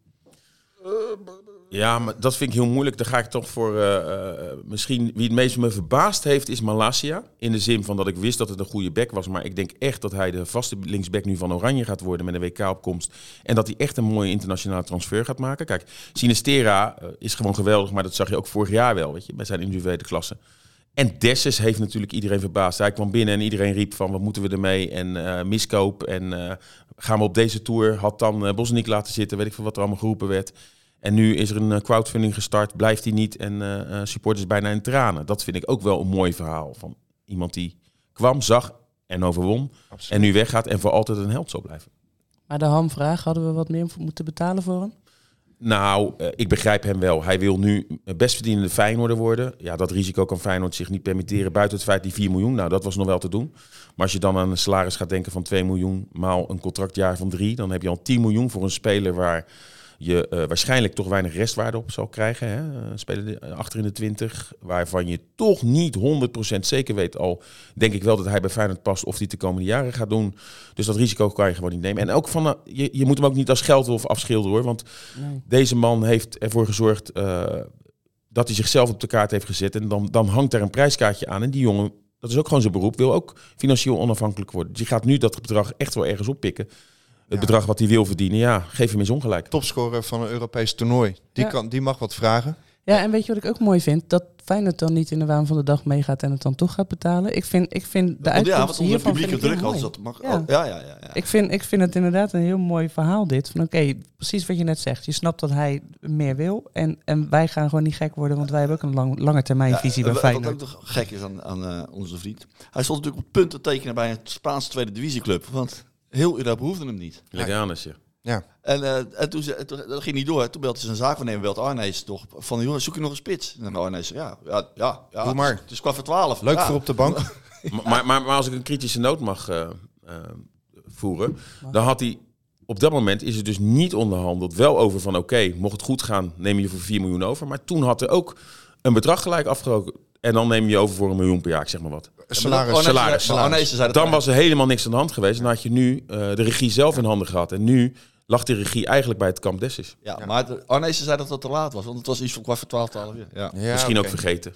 Ja, maar dat vind ik heel moeilijk. Daar ga ik toch voor... Uh, uh, misschien wie het meest me verbaasd heeft is Malacia. In de zin van dat ik wist dat het een goede back was. Maar ik denk echt dat hij de vaste linksback nu van Oranje gaat worden met een W K-opkomst. En dat hij echt een mooie internationale transfer gaat maken. Kijk, Sinistera uh, is gewoon geweldig. Maar dat zag je ook vorig jaar wel, weet je, bij zijn individuele klasse. En Dessus heeft natuurlijk iedereen verbaasd. Hij kwam binnen en iedereen riep van wat moeten we ermee? En uh, miskoop. En uh, gaan we op deze tour? Had dan uh, Bosniek laten zitten. Weet ik veel wat er allemaal geroepen werd. En nu is er een crowdfunding gestart, blijft hij niet en uh, supporters bijna in tranen. Dat vind ik ook wel een mooi verhaal van iemand die kwam, zag en overwon. Absoluut. En nu weggaat en voor altijd een held zal blijven. Maar de hamvraag, hadden we wat meer moeten betalen voor hem? Nou, uh, ik begrijp hem wel. Hij wil nu best verdienende Feyenoorder worden. Ja, dat risico kan Feyenoord zich niet permitteren buiten het feit die vier miljoen. Nou, dat was nog wel te doen. Maar als je dan aan een salaris gaat denken van twee miljoen maal een contractjaar van drie, dan heb je al tien miljoen voor een speler waar je uh, waarschijnlijk toch weinig restwaarde op zal krijgen. Hè? Uh, speler achter in de twintig, waarvan je toch niet honderd procent zeker weet. Al denk ik wel dat hij bij Feyenoord past of hij het de komende jaren gaat doen. Dus dat risico kan je gewoon niet nemen. En ook van, uh, je, je moet hem ook niet als geldwolf afschilderen, hoor. Want nee. Deze man heeft ervoor gezorgd uh, dat hij zichzelf op de kaart heeft gezet. En dan, dan hangt er een prijskaartje aan. En die jongen, dat is ook gewoon zijn beroep, wil ook financieel onafhankelijk worden. Dus je gaat nu dat bedrag echt wel ergens oppikken. Het ja. bedrag wat hij wil verdienen, ja, geef hem eens ongelijk. Topscorer van een Europees toernooi. Die, ja. kan, die mag wat vragen. Ja, en weet je wat ik ook mooi vind? Dat Feyenoord dan niet in de waan van de dag meegaat en het dan toch gaat betalen. Ik vind, ik vind de uitkomst ja, want onder hiervan publieke druk als dat mag. Ja. Ja, ja, ja, ja. Ik vind, ik vind het inderdaad een heel mooi verhaal dit. Van oké, okay, precies wat je net zegt. Je snapt dat hij meer wil. En, en wij gaan gewoon niet gek worden, want wij hebben ook een lang, lange termijn visie ja, bij Feyenoord. Wat ook nog gek is aan, aan uh, onze vriend. Hij stond natuurlijk op punt te tekenen bij een Spaanse tweede divisieclub. Want heel Europa behoefde hem niet. Leganes, ja. Ja. En, uh, en toen, toen, dat ging niet door. Toen belde zijn zaakwaarnemer, belde Arnees toch van, joh, zoek je nog een spits? En dan Arnees, ja, ja, ja, ja. Doe maar. Het is, is kwart voor twaalf. Leuk ja. voor op de bank. maar, maar, maar, maar als ik een kritische noot mag uh, uh, voeren, dan had hij op dat moment is het dus niet onderhandeld. Wel over van, oké, okay, mocht het goed gaan, neem je voor vier miljoen over. Maar toen had er ook een bedrag gelijk afgeroken. En dan neem je over voor een miljoen per jaar, ik zeg maar wat. Salaris. Ja, salaris. salaris. salaris. Dan was er helemaal niks aan de hand geweest. En dan had je nu uh, de regie zelf in handen gehad. En nu lag die regie eigenlijk bij het kamp Dessus. Ja, ja, maar Arnees zei dat het te laat was. Want het was iets van kwart voor twaalf, twaalf uur. Ja. Ja, Misschien okay. ook vergeten.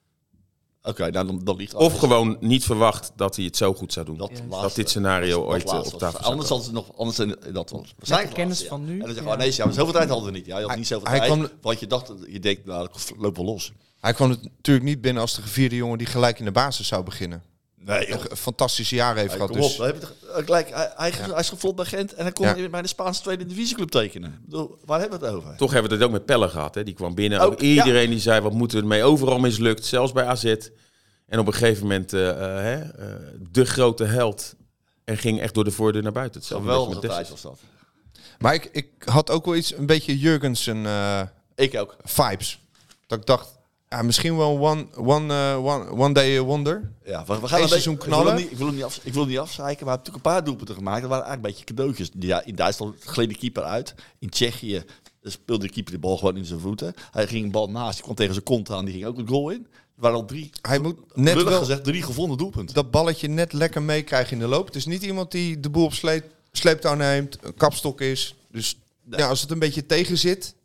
Oké, okay, nou, dan, dan ligt Of Arnees. Gewoon niet verwacht dat hij het zo goed zou doen. Dat, ja. dat dit scenario dat ooit laatste, op tafel zou Anders had het nog... Anders, dat was waarschijnlijk kennis ja. van nu. En dan zeg Arnees, ja, maar zoveel tijd hadden we niet. Ja, je had hij, niet zoveel hij tijd. kwam, want je dacht, je denkt, nou, dat loopt wel los. Hij kwam natuurlijk niet binnen als de gevierde jongen die gelijk in de basis zou beginnen. Nee, een fantastische jaren heeft gehad. Dus. Op, gelijk, hij, hij, ja. hij is geflopt bij Gent en hij kon ja. bij de Spaanse tweede divisieclub tekenen. Ik bedoel, waar hebben we het over? Toch hebben we het ook met Pelle gehad. Hè? Die kwam binnen. Ook, iedereen ja. die zei, wat moeten we ermee? Overal mislukt, zelfs bij A Z. En op een gegeven moment uh, uh, uh, de grote held. En ging echt door de voordeur naar buiten. Hetzelfde wel tijd was dat. Maar ik, ik had ook wel iets, een beetje Jurgensen uh, ik ook. vibes. Dat ik dacht, ja, misschien wel one, one, uh, one, one day wonder. Ja, we, we gaan een seizoen knallen. Ik wil hem niet, af, ik wil hem niet afzeiken, maar hij heeft natuurlijk een paar doelpunten gemaakt. Dat waren eigenlijk een beetje cadeautjes. Ja, in Duitsland gleed de keeper uit. In Tsjechië speelde de keeper de bal gewoon in zijn voeten. Hij ging een bal naast, die kwam tegen zijn kont aan, die ging ook een goal in. Er waren al drie, hij moet net wel gezegd, drie gevonden doelpunten. Dat balletje net lekker meekrijgen in de loop. Het is niet iemand die de boel op sleep, sleeptouw neemt, een kapstok is. Dus nee. ja, als het een beetje tegen zit,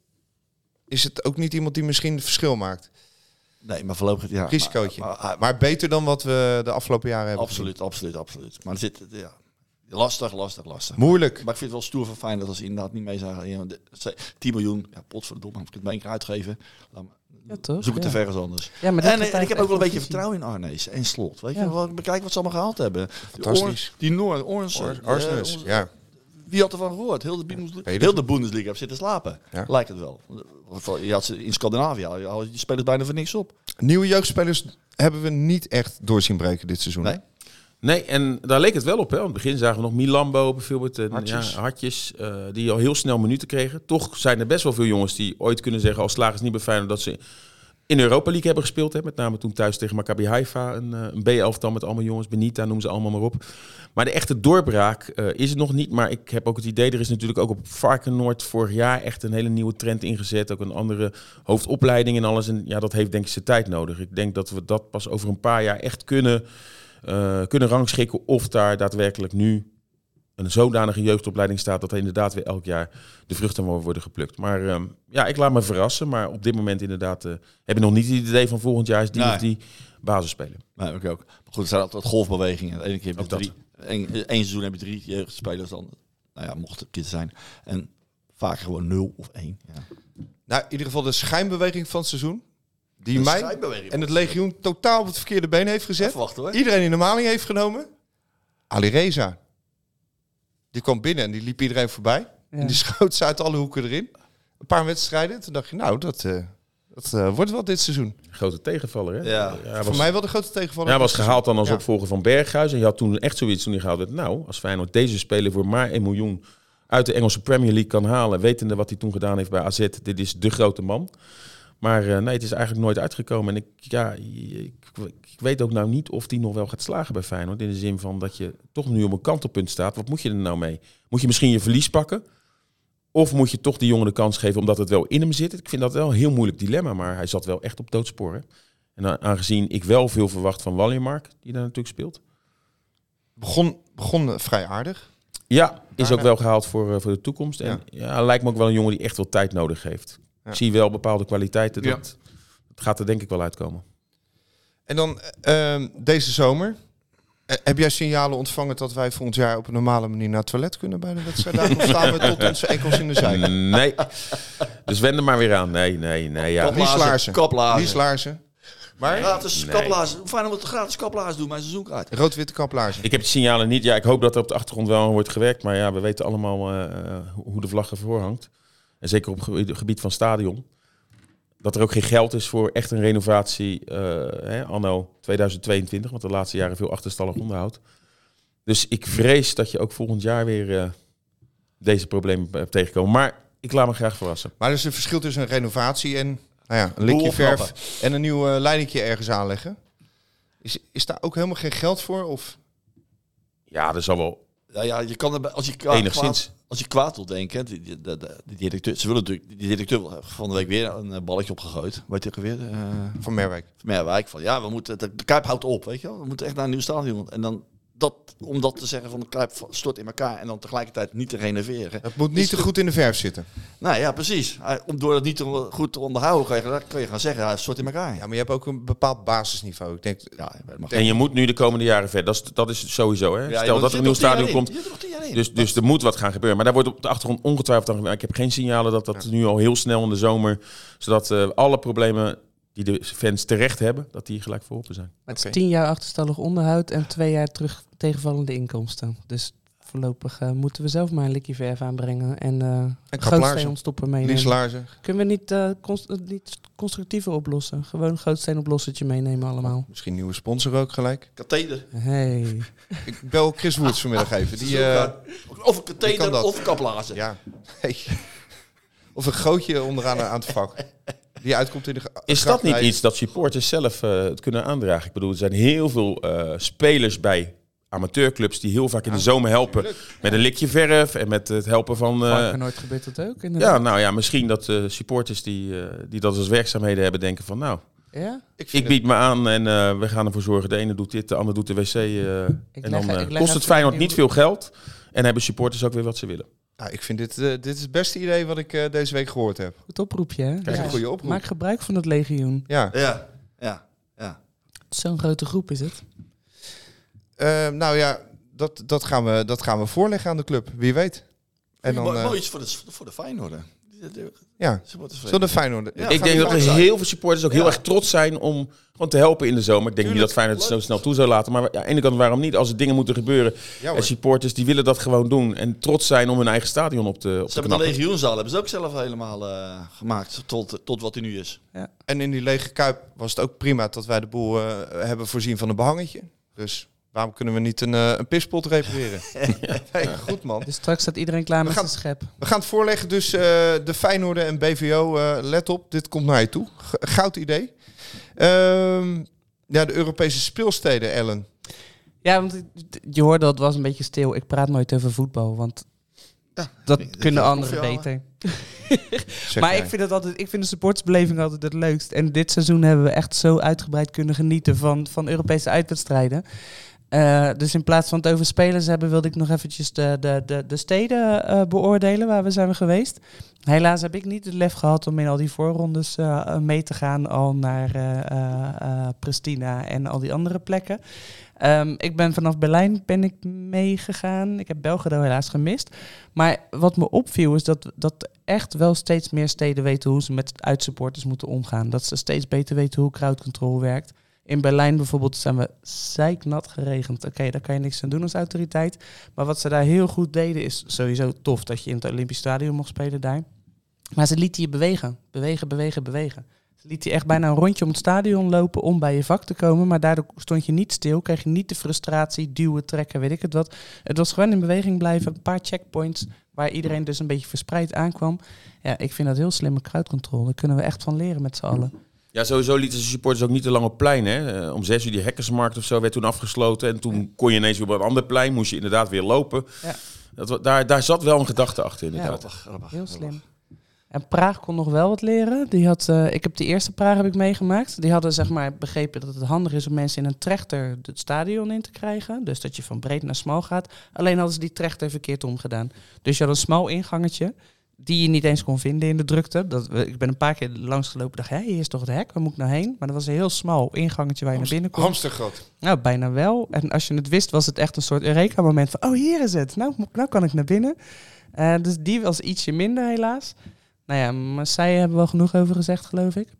is het ook niet iemand die misschien het verschil maakt. Nee, maar voorlopig ja. Risicootje. Maar, maar, maar beter dan wat we de afgelopen jaren hebben. Absoluut, gezien. absoluut, absoluut. Maar er zit, ja, lastig, lastig, lastig. Moeilijk. Maar ik vind het wel stoer van fijn dat als ze inderdaad niet mee zagen. tien miljoen, ja, potverdomme, heb ik het maar één keer uitgeven. Laat me, ja, toch? zoek het ja. te ver als anders. Ja, maar en, en ik heb ook wel een beetje vertrouwen in Arnees en Slot. Weet je, ja. Bekijk wat ze allemaal gehaald hebben. Fantastisch. Die Noord, Orange, Or- Arsenal, uh, ja. Wie had ervan gehoord? Heel de, Bundesliga, heel de Bundesliga heeft zitten slapen. Ja. Lijkt het wel. Je had ze in Scandinavië, je had die spelers bijna voor niks op. Nieuwe jeugdspelers hebben we niet echt door zien breken dit seizoen. Nee. Nee, en daar leek het wel op. Hè. Aan het begin zagen we nog Milambo bijvoorbeeld. En, hartjes. Ja, hartjes uh, die al heel snel minuten kregen. Toch zijn er best wel veel jongens die ooit kunnen zeggen als slagers niet bij Feyenoord dat ze in de Europa League hebben gespeeld. Hè, met name toen thuis tegen Maccabi Haifa. Een, uh, een B-elftal met allemaal jongens. Benita, noem ze allemaal maar op. Maar de echte doorbraak uh, is het nog niet. Maar ik heb ook het idee, er is natuurlijk ook op Varkenoord vorig jaar echt een hele nieuwe trend ingezet. Ook een andere hoofdopleiding en alles. En ja, dat heeft denk ik zijn tijd nodig. Ik denk dat we dat pas over een paar jaar echt kunnen, uh, kunnen rangschikken. Of daar daadwerkelijk nu een zodanige jeugdopleiding staat dat er inderdaad weer elk jaar de vruchten worden geplukt. Maar um, ja, ik laat me verrassen. Maar op dit moment inderdaad uh, heb ik nog niet het idee van volgend jaar is die nee. of die basis spelen. Nee, ik ook. Maar goed, er zijn altijd golfbewegingen. De ene keer heb je drie, één, één seizoen heb je drie jeugdspelers dan. Nou ja, mocht het kind zijn. En vaak gewoon nul of één. Ja. Nou, in ieder geval de schijnbeweging van het seizoen. Die de mij en het legioen totaal op het verkeerde been heeft gezet. Wachten, hoor. Iedereen in de maling heeft genomen. Ali Reza. Die kwam binnen en die liep iedereen voorbij. Ja. En die schoot ze uit alle hoeken erin. Een paar wedstrijden. Toen dacht je, nou, dat, uh, dat uh, wordt wel dit seizoen. Grote tegenvaller, hè? Ja. Ja, Voor was, mij wel de grote tegenvaller. Ja, hij was gehaald dan als ja. opvolger van Berghuis. En je had toen echt zoiets toen hij gehaald werd. Nou, als Feyenoord deze speler voor maar een miljoen uit de Engelse Premier League kan halen, wetende wat hij toen gedaan heeft bij A Z, dit is de grote man. Maar uh, nee, het is eigenlijk nooit uitgekomen. En ik, ja, ik, ik weet ook nou niet of die nog wel gaat slagen bij Feyenoord. In de zin van dat je toch nu op een kantelpunt staat. Wat moet je er nou mee? Moet je misschien je verlies pakken? Of moet je toch die jongen de kans geven omdat het wel in hem zit? Ik vind dat wel een heel moeilijk dilemma. Maar hij zat wel echt op doodsporen. En aangezien ik wel veel verwacht van Wallenmark, die daar natuurlijk speelt. Begon, begon vrij aardig. Ja, is ook wel gehaald voor, uh, voor de toekomst. En ja. ja, lijkt me ook wel een jongen die echt wel tijd nodig heeft. Ja. Ik zie wel bepaalde kwaliteiten. Dat, ja. dat gaat er denk ik wel uitkomen. En dan uh, deze zomer. Uh, heb jij signalen ontvangen dat wij volgend jaar op een normale manier naar het toilet kunnen bij de wedstrijd? Of staan we tot onze enkels in de zijk? Nee. Dus wend er maar weer aan. Nee, nee, nee. Ja. Kaplaarzen. Kaplaarzen. Lies Maar gratis nee. kaplaarzen. Hoe fijn om het gratis kaplaarzen doen, mijn seizoenkaart. Rood-witte kaplaarzen. Ik heb de signalen niet. Ja, ik hoop dat er op de achtergrond wel aan wordt gewerkt. Maar ja, we weten allemaal uh, hoe de vlag ervoor hangt. En zeker op het gebied van stadion. Dat er ook geen geld is voor echt een renovatie uh, hè, anno tweeduizend tweeëntwintig. Want de laatste jaren veel achterstallig onderhoud. Dus ik vrees dat je ook volgend jaar weer uh, deze problemen hebt tegenkomen. Maar ik laat me graag verrassen. Maar er is een verschil tussen een renovatie en nou ja, een likje verf en een nieuw uh, leidingje ergens aanleggen. Is, is daar ook helemaal geen geld voor? Of? Ja, er zal wel... Ja, ja, je kan er, als je kwaad, enigszins. Kwaad, als je kwaad wilt denken, die, die, die, die directeur, ze willen natuurlijk, die directeur van de week weer een balletje opgegooid. Weet je weer? Uh, van Merwijk. Van Merwijk. Van ja, we moeten, de, de Kuip houdt op, weet je wel. We moeten echt naar een nieuw stadion. En dan dat, om dat te zeggen van de Kuip stort in elkaar en dan tegelijkertijd niet te renoveren. Het moet niet te goed in de verf zitten. Nou ja, precies. Om door het niet te, goed te onderhouden, kan je, kan je gaan zeggen, hij stort in elkaar. Ja, maar je hebt ook een bepaald basisniveau. Ik denk, ja, en je moet nu de komende jaren verder. Dat is, dat is sowieso. Hè? Ja, Stel dat er een nieuw stadion komt. In. Dus, dus er moet wat gaan gebeuren. Maar daar wordt op de achtergrond ongetwijfeld aan gewerkt. Ik heb geen signalen dat dat ja. nu al heel snel in de zomer, zodat uh, alle problemen die de fans terecht hebben, dat die gelijk voorop zijn. Het is okay. tien jaar achterstallig onderhoud en twee jaar terug tegenvallende inkomsten. Dus voorlopig uh, moeten we zelf maar een likje verf aanbrengen en uh, gootsteen ontstopper meenemen. Kunnen we niet, uh, const- niet constructiever oplossen? Gewoon een gootsteen oplossertje meenemen allemaal. Misschien nieuwe sponsor ook gelijk. Katheder. Hey. Ik bel Chris Woods vanmiddag even. Die, uh, of een katheder of kaplazen. Ja. Hey. Of een gootje onderaan aan het vak. Die uitkomt in de Is dat niet iets dat supporters zelf uh, het kunnen aandragen? Ik bedoel, er zijn heel veel uh, spelers bij amateurclubs die heel vaak in de zomer helpen met een likje verf en met het helpen van... Uh, nooit gebeurt dat ook? Inderdaad. Ja, nou ja, misschien dat uh, supporters die, uh, die dat als werkzaamheden hebben denken van nou, ja? ik, ik bied me aan en uh, we gaan ervoor zorgen. De ene doet dit, de ander doet de wc. Uh, en dan uh, kost het Feyenoord niet veel geld en hebben supporters ook weer wat ze willen. Nou, ik vind dit, uh, dit is het beste idee wat ik uh, deze week gehoord heb. Goed oproepje, hè? Kijk, ja. een goede oproep. Maak gebruik van het legioen. Ja. Ja, ja, ja. Zo'n grote groep is het. Uh, nou ja, dat, dat, gaan we, dat gaan we voorleggen aan de club. Wie weet. En dan, mooi uh, iets voor de, voor de Feyenoorder. Ja, zo de Feyenoorder. Ja, ik denk dat er heel veel supporters ook ja. heel erg trots zijn om gewoon te helpen in de zomer. Ik denk Tuurlijk, niet dat Feyenoord het zo snel toe zou laten. Maar ja, aan de ene kant waarom niet? Als er dingen moeten gebeuren. Ja, en supporters die willen dat gewoon doen. En trots zijn om hun eigen stadion op te, op ze te hebben de legioenzaal hebben ze ook zelf helemaal uh, gemaakt. Tot, tot wat hij nu is. Ja. En in die lege Kuip was het ook prima dat wij de boel uh, hebben voorzien van een behangetje. Dus Waarom kunnen we niet een, uh, een pispot repareren? Hey, goed man. Dus straks staat iedereen klaar We met gaan- zijn schep. We gaan het voorleggen, dus uh, de Feyenoorder en B V O, uh, let op, dit komt naar je toe. G- goud idee. Ehm, ja, de Europese speelsteden, Ellen. Ja, want je hoorde dat het was een beetje stil. Ik praat nooit over voetbal, want Ja, dat ik- kunnen ik- anderen koffie beter. Zeg Maar jij. ik vind, het altijd, ik vind de supportersbeleving altijd het leukst. En dit seizoen hebben we echt zo uitgebreid kunnen genieten van, van Europese uitwedstrijden. Uh, dus in plaats van het over spelers hebben, wilde ik nog eventjes de, de, de, de steden uh, beoordelen waar we zijn geweest. Helaas heb ik niet het lef gehad om in al die voorrondes uh, mee te gaan al naar uh, uh, uh, Pristina en al die andere plekken. Um, ik ben vanaf Berlijn ben ik meegegaan. Ik heb Belgrado helaas gemist. Maar wat me opviel is dat, dat echt wel steeds meer steden weten hoe ze met uitsupporters moeten omgaan. Dat ze steeds beter weten hoe crowd control werkt. In Berlijn bijvoorbeeld zijn we zeiknat geregend. Oké, okay, daar kan je niks aan doen als autoriteit. Maar wat ze daar heel goed deden is sowieso tof dat je in het Olympisch Stadion mocht spelen daar. Maar ze lieten je bewegen. Bewegen, bewegen, bewegen. Ze lieten je echt bijna een rondje om het stadion lopen om bij je vak te komen. Maar daardoor stond je niet stil, kreeg je niet de frustratie, duwen, trekken, weet ik het wat. Het was gewoon in beweging blijven. Een paar checkpoints waar iedereen dus een beetje verspreid aankwam. Ja, ik vind dat heel slimme crowdcontrol. Daar kunnen we echt van leren met z'n allen. Ja, sowieso lieten de supporters ook niet te lang op plein. Hè. Uh, om zes uur die hackersmarkt of zo werd toen afgesloten. En toen kon je ineens weer op een ander plein. Moest je inderdaad weer lopen. Ja. Dat, wa- daar, daar zat wel een gedachte achter inderdaad. Ja, Grappig, heel grappig. slim. En Praag kon nog wel wat leren. Die had, uh, ik heb de eerste Praag heb ik meegemaakt. Die hadden zeg maar begrepen dat het handig is om mensen in een trechter het stadion in te krijgen. Dus dat je van breed naar smal gaat. Alleen hadden ze die trechter verkeerd omgedaan. Dus je had een smal ingangetje die je niet eens kon vinden in de drukte. Dat, ik ben een paar keer langs gelopen en dacht, hé, hier is toch het hek? Waar moet ik nou heen? Maar dat was een heel smal ingangetje waar je Hamst- naar binnen kon. Hamstergrad. Nou, bijna wel. En als je het wist, was het echt een soort Eureka-moment van, oh, hier is het. Nou, nou kan ik naar binnen. Uh, dus die was ietsje minder helaas. Nou ja, Marseille hebben we wel genoeg over gezegd, geloof ik.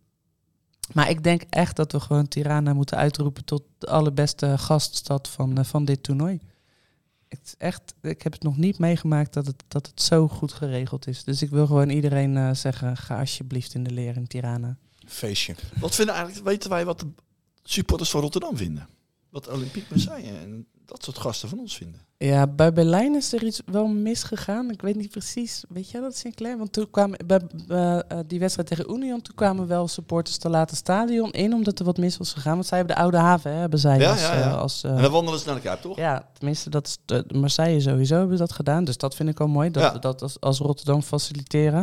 Maar ik denk echt dat we gewoon Tirana moeten uitroepen tot de allerbeste gaststad van, uh, van dit toernooi. Het is echt, ik heb het nog niet meegemaakt dat het, dat het zo goed geregeld is. Dus ik wil gewoon iedereen uh, zeggen, ga alsjeblieft in de leer in Tirana. Feestje. Wat vinden eigenlijk, weten wij wat de supporters van Rotterdam vinden? Wat Olympique Marseille en dat soort gasten van ons vinden? Ja, bij Berlijn is er iets wel misgegaan. Ik weet niet precies. Weet jij dat, Sinclair? Want toen kwamen bij uh, uh, die wedstrijd tegen Union, toen kwamen wel supporters te laten stadion in, omdat er wat mis was gegaan. Want zij hebben de oude haven, hè, hebben zij Ja, als... ja, ja. Uh, als uh, En dan wandelen ze naar de Kuip, toch? ja, tenminste, dat is de, de Marseille sowieso hebben dat gedaan. Dus dat vind ik al mooi, dat Ja. we dat als, als Rotterdam faciliteren.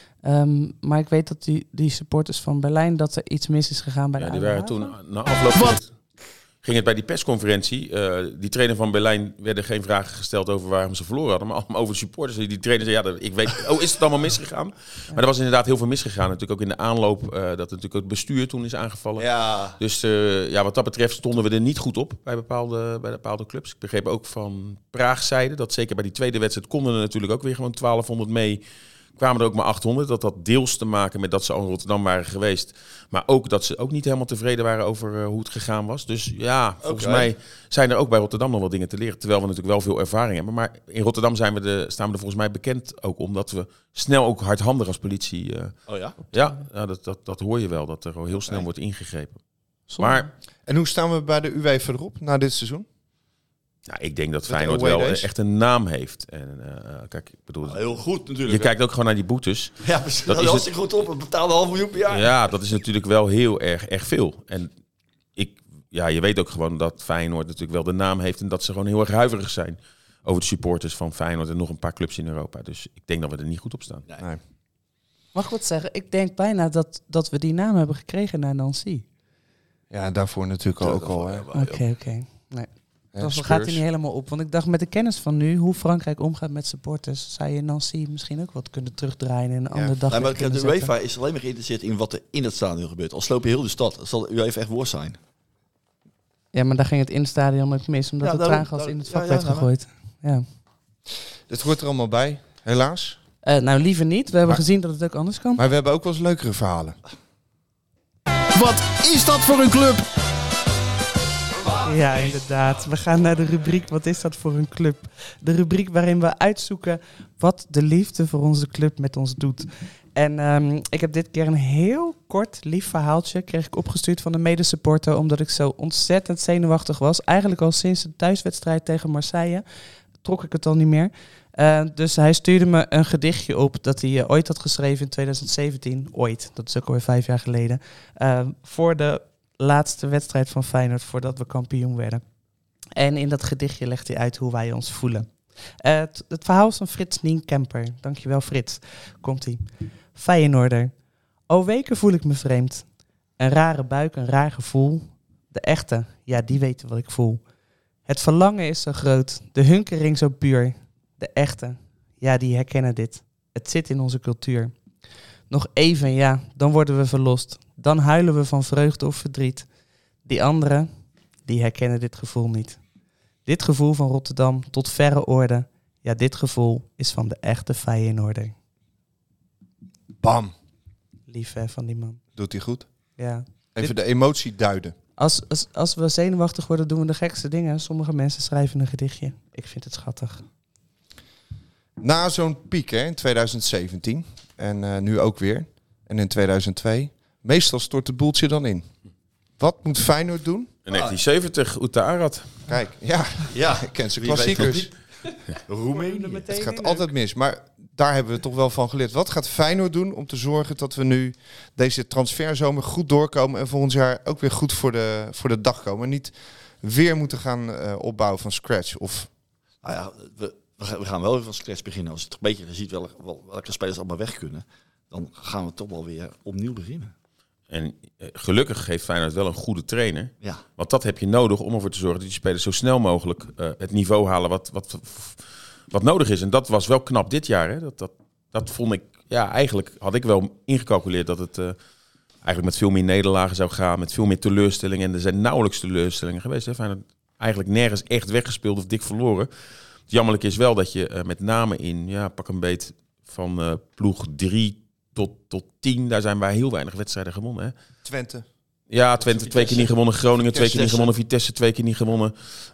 Um, maar ik weet dat die, die supporters van Berlijn, dat er iets mis is gegaan bij Ja, de die oude waren haven. toen na afloop van het- ging het bij die persconferentie. Uh, die trainer van Berlijn werden geen vragen gesteld over waarom ze verloren hadden, maar allemaal over de supporters. Die trainer zei, ja, dat, ik weet, oh, is het allemaal misgegaan? Maar er was inderdaad heel veel misgegaan. Natuurlijk ook in de aanloop, uh, dat natuurlijk ook het bestuur toen is aangevallen. Ja. Dus uh, ja, wat dat betreft stonden we er niet goed op bij bepaalde, bij bepaalde clubs. Ik begreep ook van Praagzijde dat zeker bij die tweede wedstrijd konden er natuurlijk ook weer gewoon twaalfhonderd mee. Kwamen er ook maar achthonderd. Dat had deels te maken met dat ze al in Rotterdam waren geweest. Maar ook dat ze ook niet helemaal tevreden waren over uh, hoe het gegaan was. Dus ja, volgens Okay. mij zijn er ook bij Rotterdam nog wel dingen te leren. Terwijl we natuurlijk wel veel ervaring hebben. Maar in Rotterdam zijn we de, staan we er volgens mij bekend ook omdat we snel ook hardhandig als politie... Uh, Oh ja? ja, ja dat, dat, dat hoor je wel. Dat er al heel snel wordt ingegrepen. Zonde. Maar En hoe staan we bij de U E verderop na dit seizoen? nou, ik denk dat Met Feyenoord away wel days? echt een naam heeft. En uh, kijk, ik bedoel... Nou, heel goed natuurlijk. Je hè? kijkt ook gewoon naar die boetes. Ja, precies. dat Dat is is het- goed op. Het betaalde half miljoen per jaar. Ja, dat is natuurlijk wel heel erg, erg veel. En ik, ja, je weet ook gewoon dat Feyenoord natuurlijk wel de naam heeft en dat ze gewoon heel erg huiverig zijn over de supporters van Feyenoord en nog een paar clubs in Europa. Dus ik denk dat we er niet goed op staan. Nee. Nee. Mag ik wat zeggen? Ik denk bijna dat, dat we die naam hebben gekregen naar Nancy. Ja, daarvoor natuurlijk ook al. Hè. Oké, oké. Okay. Nee. Ja, Dat Spurs. gaat hij niet helemaal op. Want ik dacht met de kennis van nu, hoe Frankrijk omgaat met supporters, zou je Nancy misschien ook wat kunnen terugdraaien en een andere dag Nee, maar kunnen de zetten. UEFA is alleen maar geïnteresseerd in wat er in het stadion gebeurt. Al sloop je heel de stad. Dat zal de UEFA echt worst zijn. Ja, maar daar ging het in het stadion ook mis, omdat Ja, het daarom- traangas in het daarom- vak ja, werd ja, nou, gegooid. Ja. Dit hoort er allemaal bij, helaas. Uh, nou, liever niet. We hebben Maar- gezien dat het ook anders kan. Maar we hebben ook wel eens leukere verhalen. Wat is dat voor een club? Ja, inderdaad. We gaan naar de rubriek Wat is dat voor een club? De rubriek waarin we uitzoeken wat de liefde voor onze club met ons doet. En um, ik heb dit keer een heel kort, lief verhaaltje. Kreeg ik opgestuurd van een medesupporter. Omdat ik zo ontzettend zenuwachtig was. Eigenlijk al sinds de thuiswedstrijd tegen Marseille. Trok ik het al niet meer. Uh, dus hij stuurde me een gedichtje op. Dat hij uh, ooit had geschreven in twintig zeventien. Ooit, dat is ook alweer vijf jaar geleden. Uh, voor de laatste wedstrijd van Feyenoord. Voordat we kampioen werden. En in dat gedichtje legt hij uit hoe wij ons voelen. Uh, het, het verhaal is van Frits Nienkamper. Dankjewel Frits. Komt-ie. Feyenoorder. Al weken voel ik me vreemd. Een rare buik, een raar gevoel. De echte, ja die weten wat ik voel. Het verlangen is zo groot. De hunkering zo puur. De echte, ja die herkennen dit. Het zit in onze cultuur. Nog even, ja, dan worden we verlost. Dan huilen we van vreugde of verdriet. Die anderen, die herkennen dit gevoel niet. Dit gevoel van Rotterdam tot verre oorden. Ja, dit gevoel is van de echte Feyenoorder. Bam. Lief hè, van die man. Doet hij goed? Ja. Even Dit, de emotie duiden. als, als, als we zenuwachtig worden, doen we de gekste dingen. Sommige mensen schrijven een gedichtje. Ik vind het schattig. Na zo'n piek hè, in twintig zeventien en uh, nu ook weer, en in tweeduizend twee, meestal stort het boeltje dan in. Wat moet Feyenoord doen? In negentien zeventig, Uta Arad. Kijk, ja, Ja, ik ken ze wie weet klassiekers. Roemenië. Het gaat altijd mis, maar daar hebben we toch wel van geleerd. Wat gaat Feyenoord doen om te zorgen dat we nu deze transferzomer goed doorkomen en volgend jaar ook weer goed voor de, voor de dag komen? En niet weer moeten gaan uh, opbouwen van scratch. Of... Nou ja, we, we gaan wel weer van scratch beginnen. Als je het een beetje ziet wel, wel, welke spelers allemaal weg kunnen, dan gaan we toch wel weer opnieuw beginnen. En uh, gelukkig heeft Feyenoord wel een goede trainer. Ja. Want dat heb je nodig om ervoor te zorgen dat die spelers zo snel mogelijk uh, het niveau halen wat, wat, wat nodig is. En dat was wel knap dit jaar. Hè? Dat, dat, dat vond ik, ja, eigenlijk had ik wel ingecalculeerd dat het uh, eigenlijk met veel meer nederlagen zou gaan. Met veel meer teleurstellingen. En er zijn nauwelijks teleurstellingen geweest. Hè? Feyenoord eigenlijk nergens echt weggespeeld of dik verloren. Het jammerlijk is wel dat je uh, met name in, ja, pak een beet van uh, ploeg drie tot, tot tien, daar zijn wij heel weinig wedstrijden gewonnen. Hè? Twente. Ja, Twente twee keer niet gewonnen, Groningen twee keer niet gewonnen, Vitesse twee keer niet gewonnen.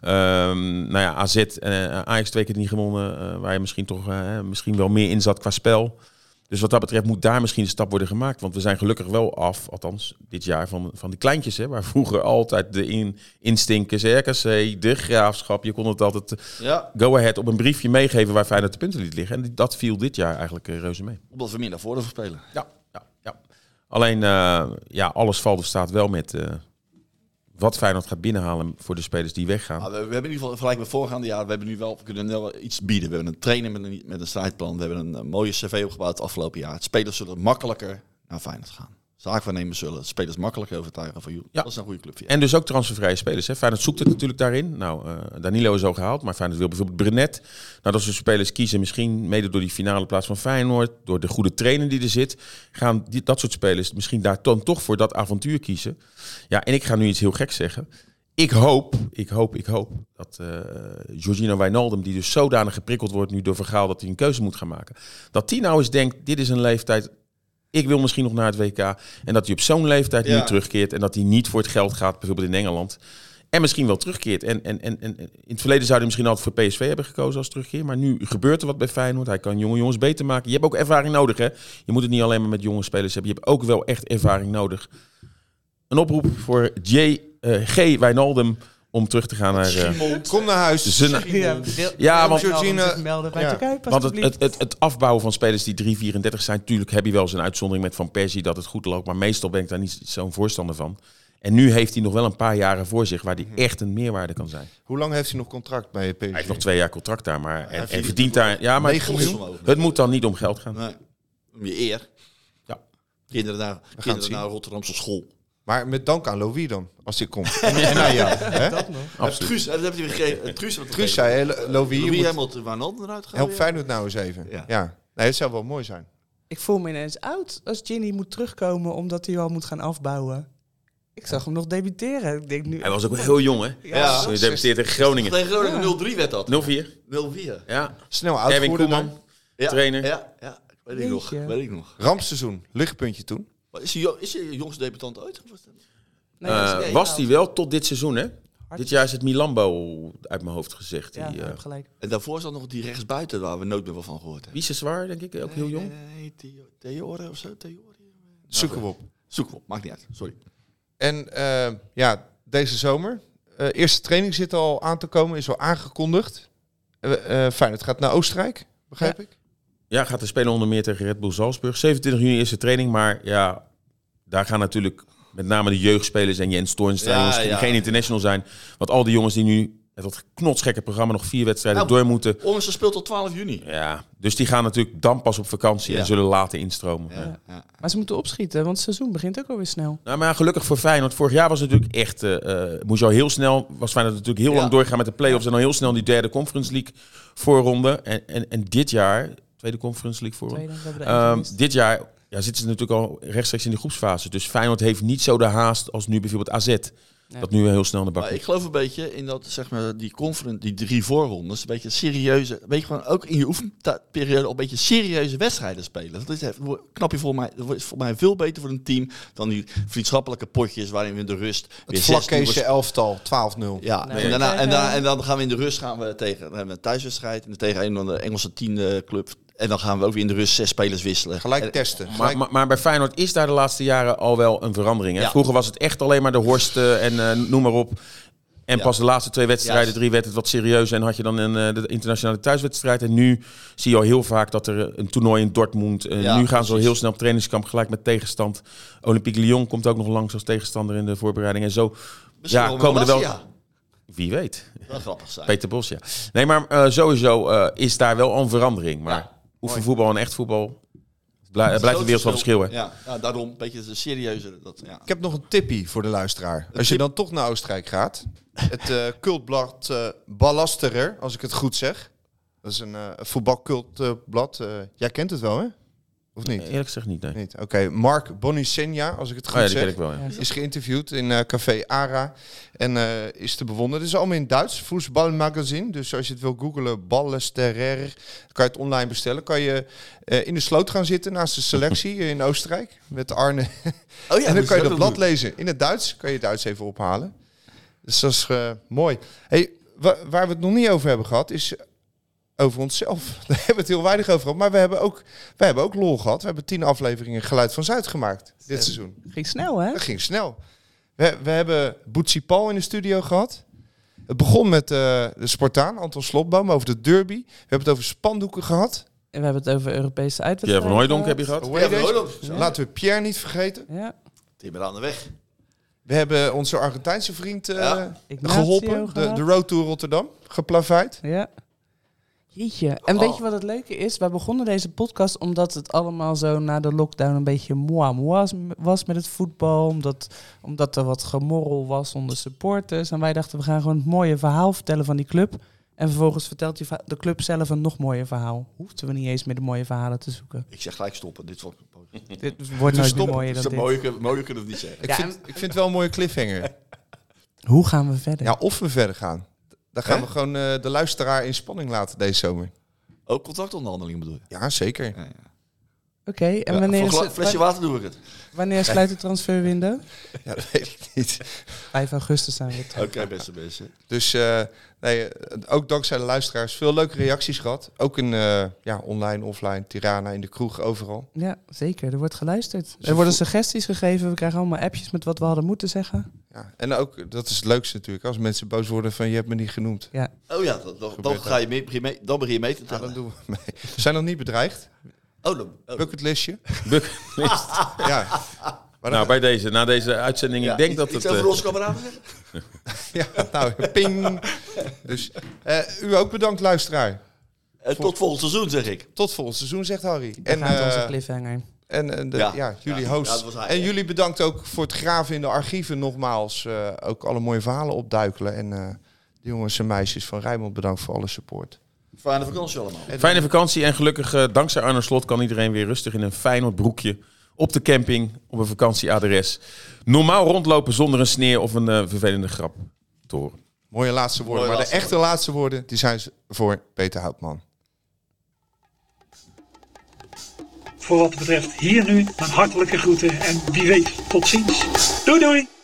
Um, nou ja, A Z en uh, Ajax twee keer niet gewonnen, uh, waar je misschien toch uh, misschien wel meer in zat qua spel. Dus wat dat betreft moet daar misschien een stap worden gemaakt. Want we zijn gelukkig wel af, althans dit jaar, van, van die kleintjes. Hè, waar vroeger altijd de in, instinkers, R K C, de Graafschap. Je kon het altijd Ja. go ahead op een briefje meegeven waar Feyenoord de punten liet liggen. En dat viel dit jaar eigenlijk uh, reuze mee. Omdat we meer naar voren spelen. Ja, ja, ja. Alleen, uh, ja, alles valt of staat wel met uh, wat Feyenoord gaat binnenhalen voor de spelers die weggaan. Nou, we, we hebben in ieder geval, vergelijk met voorgaande jaren, we hebben nu wel, we kunnen nu wel iets bieden. We hebben een trainer met een, met een strijdplan. We hebben een, een mooie cv opgebouwd het afgelopen jaar. Het spelers zullen makkelijker naar Feyenoord gaan. Zaakwaarnemers zullen spelers makkelijker overtuigen van, joh, Ja. dat is een goede club. En dus ook transfervrije spelers. Hè. Feyenoord zoekt het natuurlijk daarin. Nou, uh, Danilo is al gehaald, maar Feyenoord wil bijvoorbeeld Brenet. Nou, dat soort spelers kiezen misschien mede door die finale plaats van Feyenoord, door de goede trainer die er zit, gaan die, dat soort spelers misschien daar dan toch voor dat avontuur kiezen. Ja, en ik ga nu iets heel geks zeggen. Ik hoop, ik hoop, ik hoop dat uh, Georgino Wijnaldum, die dus zodanig geprikkeld wordt nu door Vergaal dat hij een keuze moet gaan maken, dat hij nou eens denkt, dit is een leeftijd, ik wil misschien nog naar het W K. En dat hij op zo'n leeftijd Ja. nu terugkeert en dat hij niet voor het geld gaat, bijvoorbeeld in Engeland. En misschien wel terugkeert. En, en, en, en in het verleden zou hij misschien altijd voor P S V hebben gekozen als terugkeer. Maar nu gebeurt er wat bij Feyenoord. Hij kan jonge jongens beter maken. Je hebt ook ervaring nodig, hè. Je moet het niet alleen maar met jonge spelers hebben. Je hebt ook wel echt ervaring nodig. Een oproep voor J, uh, G. Wijnaldum om terug te gaan naar... Uh, Kom naar huis. zijn, Ja, wil, Ja, want- Georgina, melden bij Ja. de Kuip, want het, alsjeblieft. het, het, het afbouwen van spelers die drie vierentdertig zijn... Natuurlijk heb je wel zijn uitzondering met Van Persie dat het goed loopt. Maar meestal ben ik daar niet zo'n voorstander van. En nu heeft hij nog wel een paar jaren voor zich waar hij echt een meerwaarde kan zijn. Hoe lang heeft hij nog contract bij P S V? Hij heeft nog twee jaar contract daar, maar en, en verdient verdient daar... Ja, maar negen miljoen. het moet dan niet om geld gaan. Nee, om je eer. Ja. Kinderen naar, gaan het kinderen zien. naar Rotterdamse school. Maar met dank aan Louis dan, als hij komt. En, en aan jou. Hè? Dat nog. Absoluut. Truus, dat heb je weer gegeven. Truus, wat Truus zei, hè, Louis, Louis, je moet, helemaal te Wijnaldum eruit gaan. help Feyenoord nou eens even. Ja. Ja. Nee, het zou wel mooi zijn. Ik voel me ineens oud als Ginny moet terugkomen omdat hij al moet gaan afbouwen. Ik zag hem nog debuteren. Ik denk nu, Hij was ook wel heel jong, hè? Ja. Zo, je debuteert tegen Groningen. Tegen Groningen nul drie werd dat. nul vier. nul vier. Ja. Snel oud Erwin geworden Koeman. dan. Ja, Trainer. Ja, ja. Weet ik nog. Jeetje. Weet ik nog. Rampseizoen, lichtpuntje toen. Maar is hij, jo- is hij je jongste debutant ooit? Of was dat- nee, Uh, nee, was nou, hij wel tot dit seizoen, hè? Dit jaar is het Milambo uit mijn hoofd gezegd. Ja, die, je uh, hebt gelijk. En daarvoor zat nog die rechtsbuiten waar we nooit meer van gehoord hebben. Wie is er zwaar, denk ik? Ook heel jong. Nee, nee, Theo- Theore of zo? Theore? Zoeken we op. Zoek op, maakt niet uit. Sorry. En uh, ja, deze zomer. Uh, eerste training zit al aan te komen, is al aangekondigd. Uh, uh, fijn, het gaat naar Oostenrijk, begrijp Ja. ik? Ja, gaat er spelen onder meer tegen Red Bull Salzburg. zevenentwintig juni is de training, maar ja, daar gaan natuurlijk met name de jeugdspelers en Jens Toornstra, Ja, jongens die ja. geen international zijn. Want al die jongens die nu met dat knotsgekke programma nog vier wedstrijden Nou, door moeten. Onnes speelt tot twaalf juni. Ja, dus die gaan natuurlijk dan pas op vakantie Ja. en zullen later instromen. Ja. Ja, ja. Maar ze moeten opschieten, want het seizoen begint ook alweer snel. Nou, maar gelukkig voor Feyenoord. Vorig jaar was het natuurlijk echt... Uh, uh, moest je al heel snel... Was Feyenoord natuurlijk heel Ja. lang doorgaan met de play-offs... en dan heel snel die derde Conference League voorronde. En, en, en dit jaar... Tweede Conference League voorronde. Tweede, we hebben er één Um, gemist. dit jaar ja, zitten ze natuurlijk al rechtstreeks in de groepsfase. Dus Feyenoord heeft niet zo de haast als nu bijvoorbeeld A Z. Nee. Dat nu heel snel naar de bak Maar moet. ik geloof een beetje in dat, zeg maar, die conference, die drie voorrondes, een beetje serieuze, een beetje gewoon ook in je oefenperiode al een beetje serieuze wedstrijden spelen. Dat is even, knap je voor mij, dat is voor mij veel beter voor een team dan die vriendschappelijke potjes waarin we in de rust Het weer zestien vlakkeesje elftal, twaalf nul. Ja, Nee. en, daarna, en, Tegen- daarna, en dan gaan we in de rust gaan we tegen dan hebben we een thuiswedstrijd en tegen een van de Engelse tiende club. En dan gaan we ook weer in de rust zes spelers wisselen. Gelijk En- testen. Maar, Gelijk... maar, maar bij Feyenoord is daar de laatste jaren al wel een verandering. Hè? Ja. Vroeger was het echt alleen maar de Horst uh, en uh, noem maar op. En Ja. pas de laatste twee wedstrijden, Juist. drie werd het wat serieuzer. En had je dan een, uh, de internationale thuiswedstrijd. En nu zie je al heel vaak dat er een toernooi in Dortmund... Uh, Ja, nu gaan ze al precies. heel snel op trainingskamp gelijk met tegenstand. Olympique Lyon komt ook nog langs als tegenstander in de voorbereiding. En zo Misschien ja, wel komen er wel... Malasia. Wie weet. Wel grappig zijn. Peter Bos, ja. Nee, maar uh, sowieso uh, is daar wel al een verandering. Maar Ja, oefenvoetbal en echt voetbal... Blij, uh, blijft een wereld van verschil, hè? Ja, ja, daarom een beetje de serieuze. Dat, ja. Ik heb nog een tippie voor de luisteraar. Als je tip- dan toch naar Oostenrijk gaat. Het uh, cultblad uh, Ballasterer, als ik het goed zeg. Dat is een uh, voetbalcultblad. Uh, jij kent het wel, hè? Of niet? Eerlijk gezegd niet, nee. Niet. Oké, okay. Mark Bonisenja, als ik het goed Oh ja, die zeg. ken ik wel, ja. Ja, Is geïnterviewd in uh, Café Ara en uh, is te bewonderen. Het is allemaal in Duits, voetbalmagazine. Dus als je het wil googlen, Ballasterer, kan je het online bestellen. Kan je uh, in de sloot gaan zitten naast de selectie in Oostenrijk met Arne. Oh ja, en dan kan je dat dat blad doen. lezen in het Duits. Kan je het Duits even ophalen. Dus dat is uh, mooi. Hey, wa- waar we het nog niet over hebben gehad is over onszelf. Daar hebben we het heel weinig over gehad. Maar we hebben ook, we hebben ook lol gehad. We hebben tien afleveringen Geluid van Zuid gemaakt dit seizoen. Ging snel, hè? Dat ging snel. We, we hebben Boetsie Paul in de studio gehad. Het begon met uh, de Spartaan, Anton Slotboom, over de derby. We hebben het over spandoeken gehad. En we hebben het over Europese Pierre uitwedstrijden. van Hooijdonk heb je gehad? Hoe heet Ja, deze? Hooijdonk. Ja. Laten we Pierre niet vergeten. Ja. Timmer aan de weg. We hebben onze Argentijnse vriend uh, Ja. Ignacio geholpen. De, gehad. de Road to Rotterdam. Geplaveid. Ja. Jeetje. En Oh. weet je wat het leuke is? Wij begonnen deze podcast omdat het allemaal zo na de lockdown een beetje moi moi was met het voetbal. Omdat, omdat er wat gemorrel was onder supporters. En wij dachten, we gaan gewoon het mooie verhaal vertellen van die club. En vervolgens vertelt die va- de club zelf een nog mooier verhaal. Hoefden we niet eens meer de mooie verhalen te zoeken. Ik zeg gelijk stoppen. Dit wordt Dit wordt nooit stoppen. mooier dan zo dit. mooier, mooier kunnen we het niet zeggen. Ik, Ja, vind, ik vind het wel een mooie cliffhanger. Hoe gaan we verder? Ja, of we verder gaan. Dan gaan Hè? we gewoon uh, de luisteraar in spanning laten deze zomer. Ook contractonderhandelingen bedoel je? Ja, zeker. Ja, ja. Oké, en Ja, wanneer, voor is gla- het- flesje wa- water doe ik het. wanneer sluit de transferwindow? Ja, dat weet ik niet. vijf augustus zijn we terug. Oké, beste mensen. Dus uh, nee, uh, ook dankzij de luisteraars veel leuke reacties gehad. Ook in uh, ja, online, offline, Tirana, in de kroeg, overal. Ja, zeker. Er wordt geluisterd. Dus Er worden vo- suggesties gegeven. We krijgen allemaal appjes met wat we hadden moeten zeggen. Ja, en ook, dat is het leukste natuurlijk, als mensen boos worden van je hebt me niet genoemd. Ja, Oh ja, dan, dan, dan Gebeurt ga je mee, begin mee, dan begin je mee te Ja, tellen. dan doen we mee. We zijn nog niet bedreigd. Oh, dan, oh. Bucketlistje. Bucketlist. Ja. Maar Nou, dan, bij deze, na deze uitzending, Ja, ik denk iets- dat iets het... over eh, onze kameraden zeggen? ja, nou, ping. Dus uh, u ook bedankt, luisteraar. En tot volgend seizoen, zeg ik. Tot volgend seizoen, zegt Harry. daar En, gaat onze uh, cliffhanger. en, en de, ja. Ja. jullie Ja, host. ja, dat was hij, en ja. jullie bedankt ook voor het graven in de archieven nogmaals. Uh, ook alle mooie verhalen opduikelen. En uh, de jongens en meisjes van Rijnmond bedankt voor alle support. Fijne vakantie allemaal. Fijne vakantie en gelukkig uh, dankzij Arno Slot kan iedereen weer rustig in een Feyenoord broekje op de camping op een vakantieadres normaal rondlopen zonder een sneer of een uh, vervelende grap te horen. Mooie laatste woorden. Mooie maar laatste de echte laatste woorden, die zijn voor Peter Houtman. Voor wat betreft hier nu mijn hartelijke groeten en wie weet tot ziens. Doei doei!